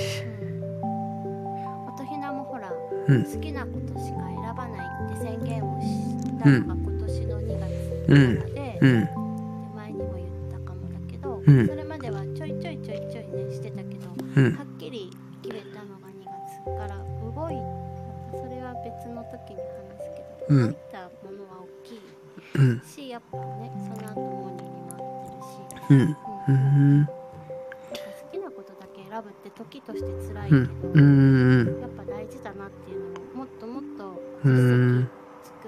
音ひなもほら、好きなことしか選ばないって宣言をしたのが今年の2月からで、前にも言ったかもだけど、それまではちょいちょいねしてたけど、はっきり決めたのが2月から動いて、それは別の時に話すけど、動いたものは大きいし、やっぱね、その後モニにも合ってるし、好きなことだけ選ぶって時として辛いけど、やっぱ大事だなっていうのをもっともっと実績作って、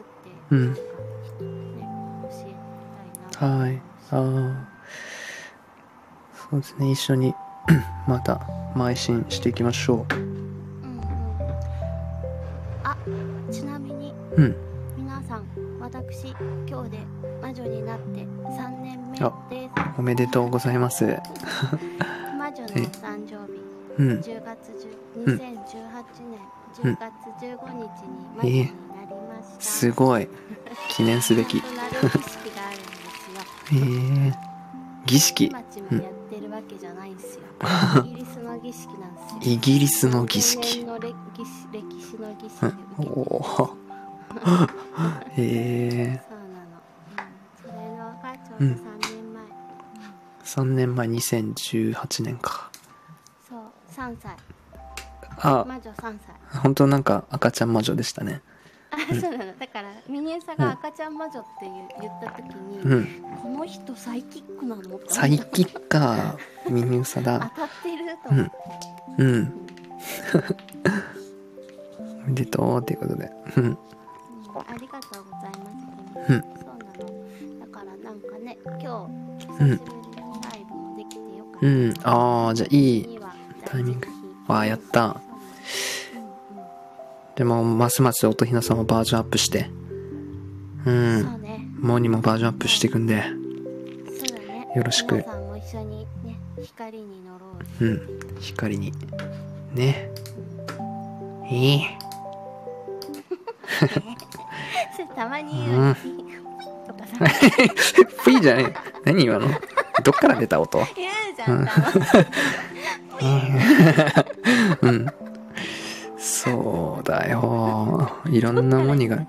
なんか人にね、教えたいな。 はい。そうですね、一緒にまた邁進していきましょう。 あ、ちなみに、皆さん、私今日で魔女になって3年目です。 おめでとうございます。 魔女の誕生日、2018年10月15日に魔女になりました。 すごい、記念すべき。 なる儀式があるんですよ。 儀式。 まちまやってるわけじゃないんですよ。イギリスの儀式なんですよ。 イギリスの儀式。 歴史の儀式で受けてる。 おお。 そうなの。それがちょうど3年前。 3年前、2018年か。 そう、3歳。 魔女3歳。 本当なんか赤ちゃん魔女でしたね。 そうなの。だからミニエサが赤ちゃん魔女って言った時に、この人サイキックなのって思った。 サイキックか。ミニエサだ。 当たってると思って。 おめでとうっていうことで。 ありがとうございます。そうなの。だからなんかね、今日久しぶりにライブもできてよかった。 じゃあいいタイミング。やった。でもますます音ひなさんもバージョンアップして、 そうね。 モニもバージョンアップしていくんで、 そうだね。 よろしく。 皆さんも一緒にね、光に乗ろう。 光にね。いい。 それたまに言うとかさ。 フィーじゃねえ。何今の？どっから出た音？ 言うじゃん。 そうだよ。いろんなモニが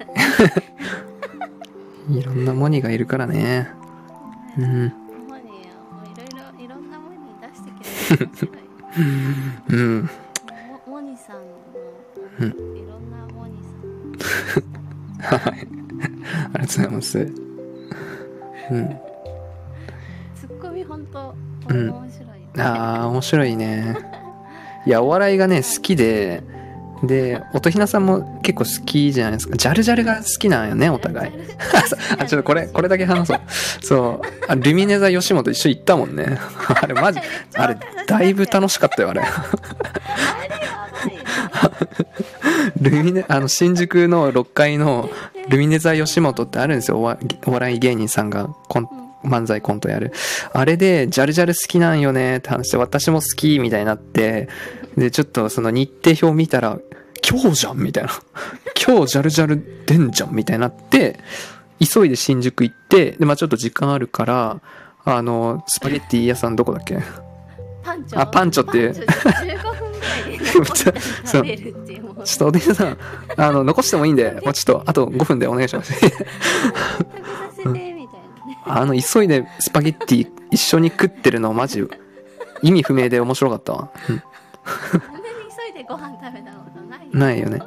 いろんなモニがいるからね。 モニよ、いろんなモニ出してくれる。モニさんのいろんなモニさん。 はい。ありがとうございます。 ツッコミ本当面白い。 面白いね。いや、お笑いがね好きで。で、音ひなさんも結構好きじゃないですか。ジャルジャルが好きなんよね、お互い。ちょっとこれだけ話そう。そう。ルミネ座吉本一緒行ったもんね。あれマジ、あれだいぶ楽しかったよ、あれ。ルミネ、新宿の6階のルミネ座吉本ってあるんですよ。お笑い芸人さんが漫才コントやる。あれで、ジャルジャル好きなんよねって話して、私も好きみたいになって、で、ちょっとその日程表見たら、今日じゃんみたいな。今日ジャルジャル出んじゃんみたいになって、急いで新宿行って、で、ちょっと時間あるから、スパゲッティ屋さんどこだっけ？パンチョっていう。 15分ぐらいで食べるっていう。 ちょっとお弟子さん、残してもいいんで、ちょっと、あと5分でお願いします。 食べさせて、みたいなね。 急いでスパゲッティ一緒に食ってるのマジ、意味不明で面白かったわ。 そんなに急いでご飯食べたことないよ。 ないよね。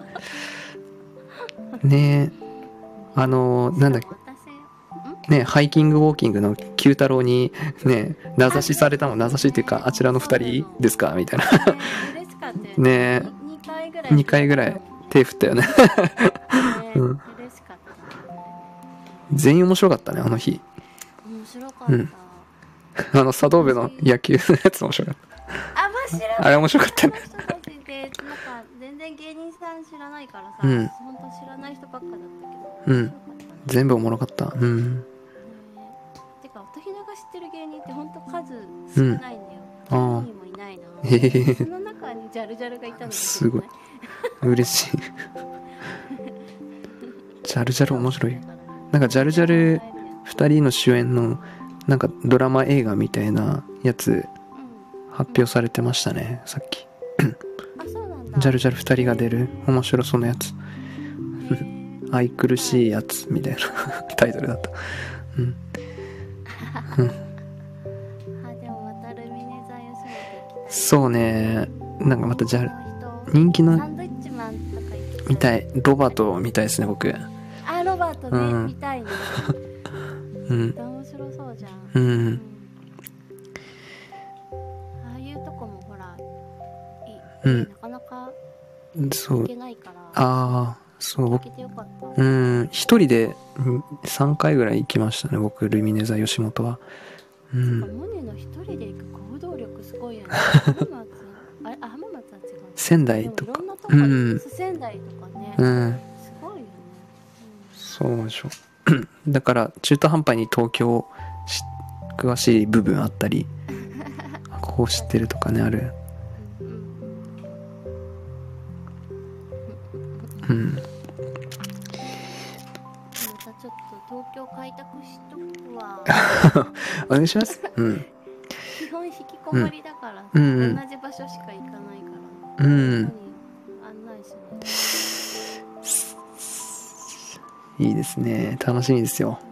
ねえ、なんだっけ。ね、ハイキングウォーキングの九太郎にね、名指しされたもん。名指しっていうか、あちらの2人ですかみたいな。 嬉しかったよね。2回ぐらい手振ったよね。 嬉しかった。 全員面白かったね、あの日。 面白かった。 茶道部の野球のやつ面白かった。あれ面白かったね。 なんか全然芸人さん知らないからさ、本当知らない人ばっかだったけど。 全部おもろかった。てか、 音ひなが知ってる芸人って本当数少ないんだよ。何人もいないな。その中にジャルジャルがいたのがすごい。嬉しい。 ジャルジャル面白い。なんかジャルジャル2人の主演のなんかドラマ映画みたいなやつ発表されてましたね、さっき。ジャルジャル2人が出る面白そうなやつ。愛くるしいやつみたいなタイトルだった。うん。そうね、なんかまた人気のみたい、ロバートみたいですね、僕。 あ、ロバートね、見たいね。うん。面白そうじゃん。うん。ああいうとこもほら、なかなか行けないから。 ああ、そう。一人で3回ぐらい行きましたね、僕、ルミネ座吉本は。 モネの一人で行く行動力すごいよね。浜松は違う。 仙台とか。 仙台とかね。すごいよね。 そうでしょ。だから中途半端に東京詳しい部分あったり、ここ知ってるとかね、ある。うん。またちょっと東京開拓しとくわ。 お願いします。うん。 基本引きこもりだから、同じ場所しか行かないから。案内しない。 いいですね。楽しみですよ。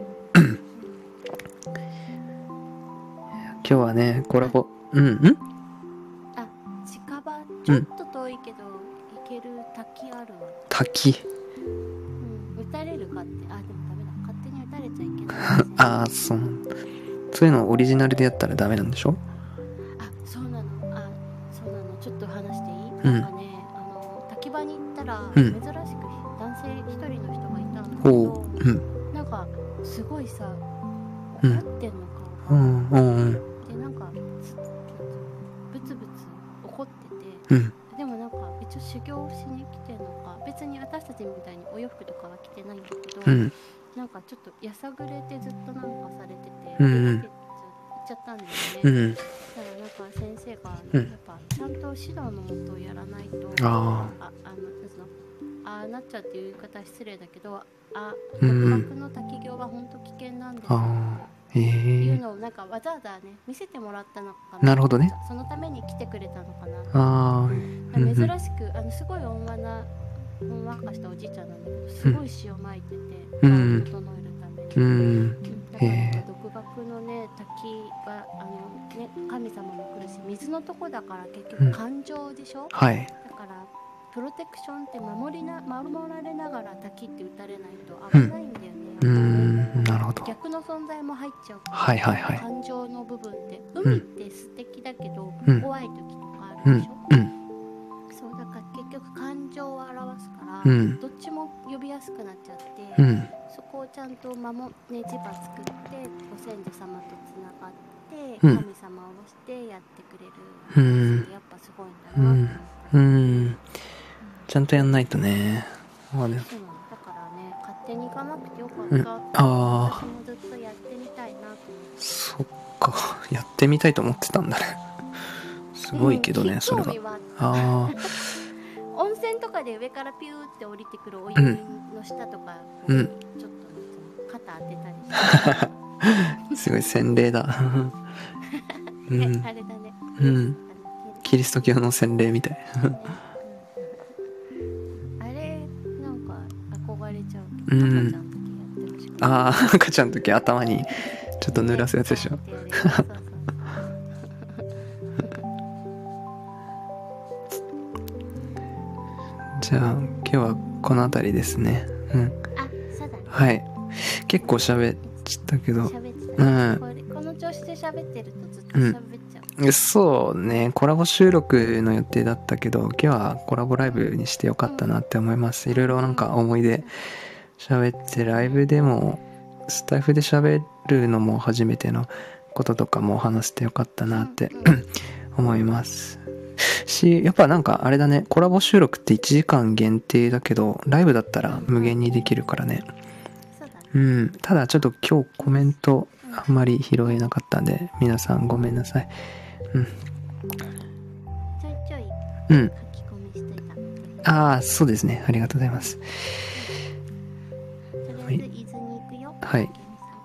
今日はね、コラボ。 あ、近場、ちょっと遠いけど、行ける滝あるわ。 滝。 撃たれるかって、でもダメだ。勝手に撃たれちゃいけない。 ああ、そういうのオリジナルでやったらダメなんでしょ？ そうなの。ちょっと話していい？なんかね、滝場に行ったら、珍しく男性一人の人がいたんだけど、なんかすごいさ、怒ってんのかで、なんかブツブツ怒ってて、でもなんか一応修行しに来てんのか、別に私たちみたいにお洋服とかは着てないんだけど、なんかちょっとやさぐれてずっとなんかされてて、行っちゃったんだよね。だからなんか先生が、やっぱちゃんと指導のもとをやらないと、なっちゃうっていう言い方は失礼だけど、独学の滝行は本当危険なんですよっていうのをなんかわざわざね見せてもらったのかな。 なるほどね。 そのために来てくれたのかな。珍しくすごい温和化したおじいちゃんなんだけど、すごい塩まいてて、場を整えるために。だから独学のね滝は神様も来るし、水のとこだから結局感情でしょ。 はい。 だからプロテクションって守られながら滝って打たれないと危ないんだよね。 なるほど。 逆の存在も入っちゃうから。 はいはいはい。 感情の部分って海って素敵だけど、怖い時とかあるでしょ。そうだから結局感情を表すから、どっちも呼びやすくなっちゃって、そこをちゃんと磁場作ってご先祖様とつながって神様を下ろしてやってくれるってやっぱすごいんだなと思って。 ちゃんとやんないとね。 そうなの。だからね、勝手に行かなくてよかったって、私もずっとやってみたいなと思って。 そっか、やってみたいと思ってたんだね。すごいけどね、それが。 温泉とかで上からピューって降りてくるお湯の下とか、ちょっと肩当てたりして。 すごい洗礼だ。 あれだね。 キリスト教の洗礼みたい。 あれなんか憧れちゃう。 赤ちゃんの時頭にちょっと濡らすやつでしょ。じゃあ今日はこの辺りですね。 そうだね。 はい。結構喋っちゃったけど。 この調子で喋ってるとずっと喋っちゃう。 そうね、コラボ収録の予定だったけど、今日はコラボライブにしてよかったなって思います。いろいろなんか思い出喋って、ライブでもスタイフで喋るのも初めてのこととかも話してよかったなって思いますし、やっぱなんかあれだね、コラボ収録って1時間限定だけど、ライブだったら無限にできるからね。ただちょっと今日コメントあんまり拾えなかったんで、皆さんごめんなさい。 ちょいちょい書き込みしてた。 そうですね、ありがとうございます。 ず伊豆に行くよ。 はい。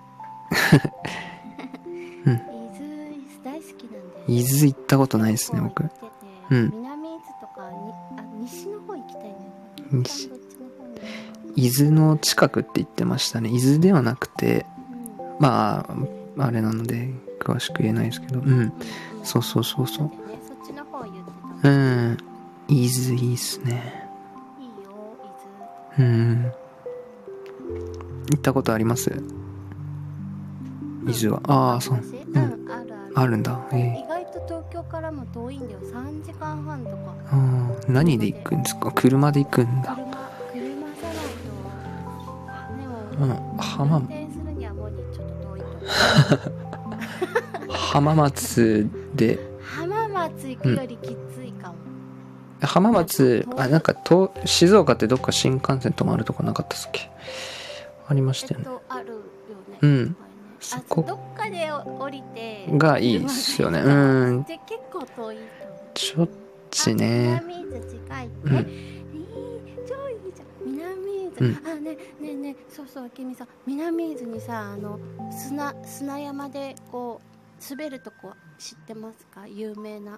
うん。伊豆大好きなんだよね。 伊豆行ったことないですね、僕。うん。 南伊豆とか西の方行きたいね。 西。伊豆の近くって言ってましたね。伊豆ではなくて、まああれなので詳しく言えないですけど、そうそうそうそう。 そっちの方言ってた。 伊豆いいっすね。 いいよ伊豆。 行ったことあります？伊豆は。ああ、そう。あるんだ。 意外と東京からも遠いんだよ。3時間半とか。 何で行くんですか？車で行くんだ。 車じゃないと。 でも、運転するにはもうちょっと遠いと思う。 浜松で。 浜松行くよりきついかも。 浜松、なんか静岡ってどっか新幹線止まるとこなかったっすっけ？ありましたよね。 あるよね。 そこどっかで降りてがいいっすよね。 で結構遠いと思う。 ちょっちね。 南伊豆近いって。超いいじゃん。南伊豆。ねそうそう、ケミさん、南伊豆にさ、砂山でこう滑るとこ知ってますか？有名な。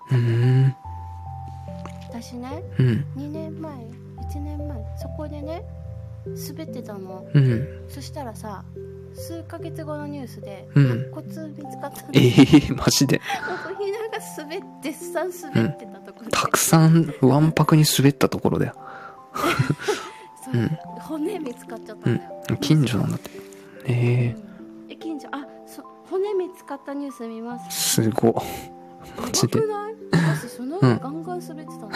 私ね、2年前1年前そこでね滑ってたの。そしたらさ、数ヶ月後のニュースで白骨見つかったの。 マジで？ ひなが絶賛滑ってたところで、 たくさんわんぱくに滑ったところだよ。 骨見つかっちゃったんだよ。 近所なんだって。 近所。骨見つかったニュース見ます。 すごっ。マジで。 私その上ガンガン滑ってたの。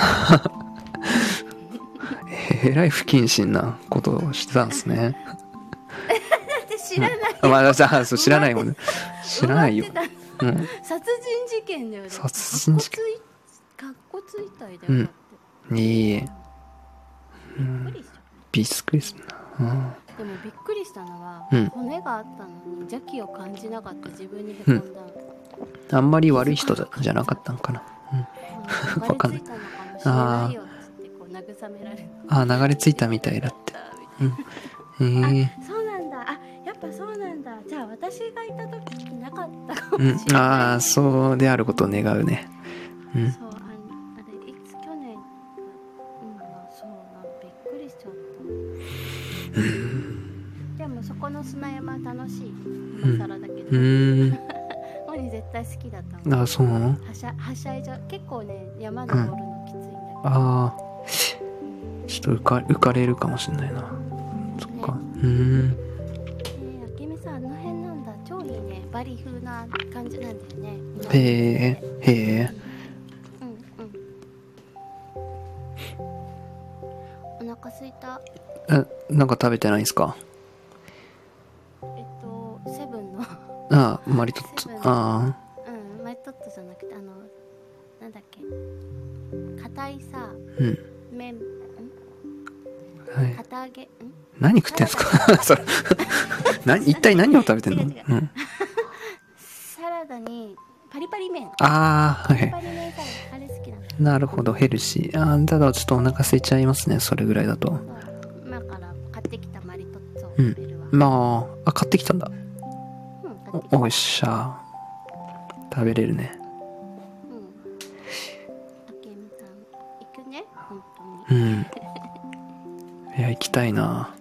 えらい不謹慎なことをしてたんですね。 だって知らない。 そう知らないもんね。知らないよ。 殺人事件だよね。 殺人事件。 白骨遺体だよ。 いいえ。びっくりするな。 でもびっくりしたのは、骨があったのに邪気を感じなかった。自分にへこんだの。 あんまり悪い人じゃなかったのかな。わかんない。流れ着いたみたいだって。 そうなんだ。やっぱそうなんだ。じゃあ私がいた時なかったかもしれない。 そうであることを願うね。 そう、いつ去年、そうな、びっくりしちゃった。でもそこの砂山楽しい。今更だけど。モニ絶対好きだったもん。 そうなの？ はしゃいじゃ結構ね、山登るのきついんだけど。ちょっと浮かれるかもしれないな。そっか。 あけみさん、あの辺なんだ。超いいね。バリ風な感じなんだよね。 へえ。 お腹すいた。 なんか食べてないんすか？ セブンの。 マリトッツォ。 マリトッツォじゃなくて、なんだっけ。硬いさ。麺。堅揚げ。 何食ってんすか？それ。一体何を食べてんの？ サラダにパリパリ麺。 はい。 パリパリ麺サラダ、あれ好きなんだ。 なるほど、ヘルシー。ただちょっとお腹空いちゃいますね、それぐらいだと。 今から買ってきたマリトッツォを食べるわ。 買ってきたんだ。おいしゃ。食べれるね。 あけみさん、行くね、本当に。 いや、行きたいな。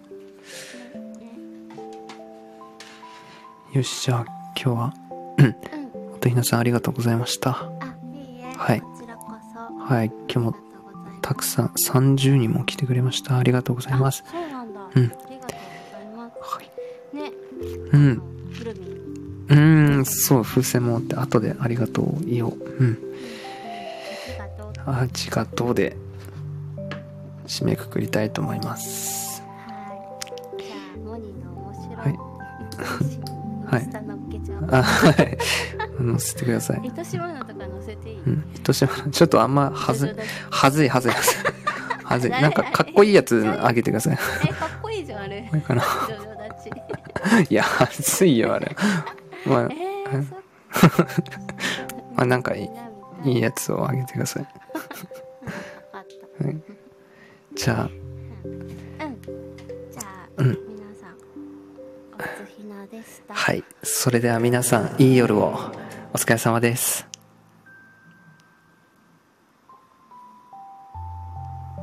よし、じゃあ今日は音ひなさんありがとうございました。はい。こちらこそ。はい、今日もたくさん30人も来てくれました。ありがとうございます。 そうなんだ。ありがとうございます。はい。ね。フルミン。 そう、風船もって後でありがとう言おう。ありがとうで締めくくりたいと思います。 はい。じゃあモニの面白い。 はい。 下のっけちゃう。 はい。載せてください。 糸島のとか載せていい？ 糸島ちょっとあんまはずい。なんかかっこいいやつあげてください。 かっこいいじゃんあれ。 これかな。いや、はずいよあれ。なんかいいやつをあげてください。じゃあ。 じゃあ皆さんでした。 はい、それでは皆さんいい夜を。お疲れ様です。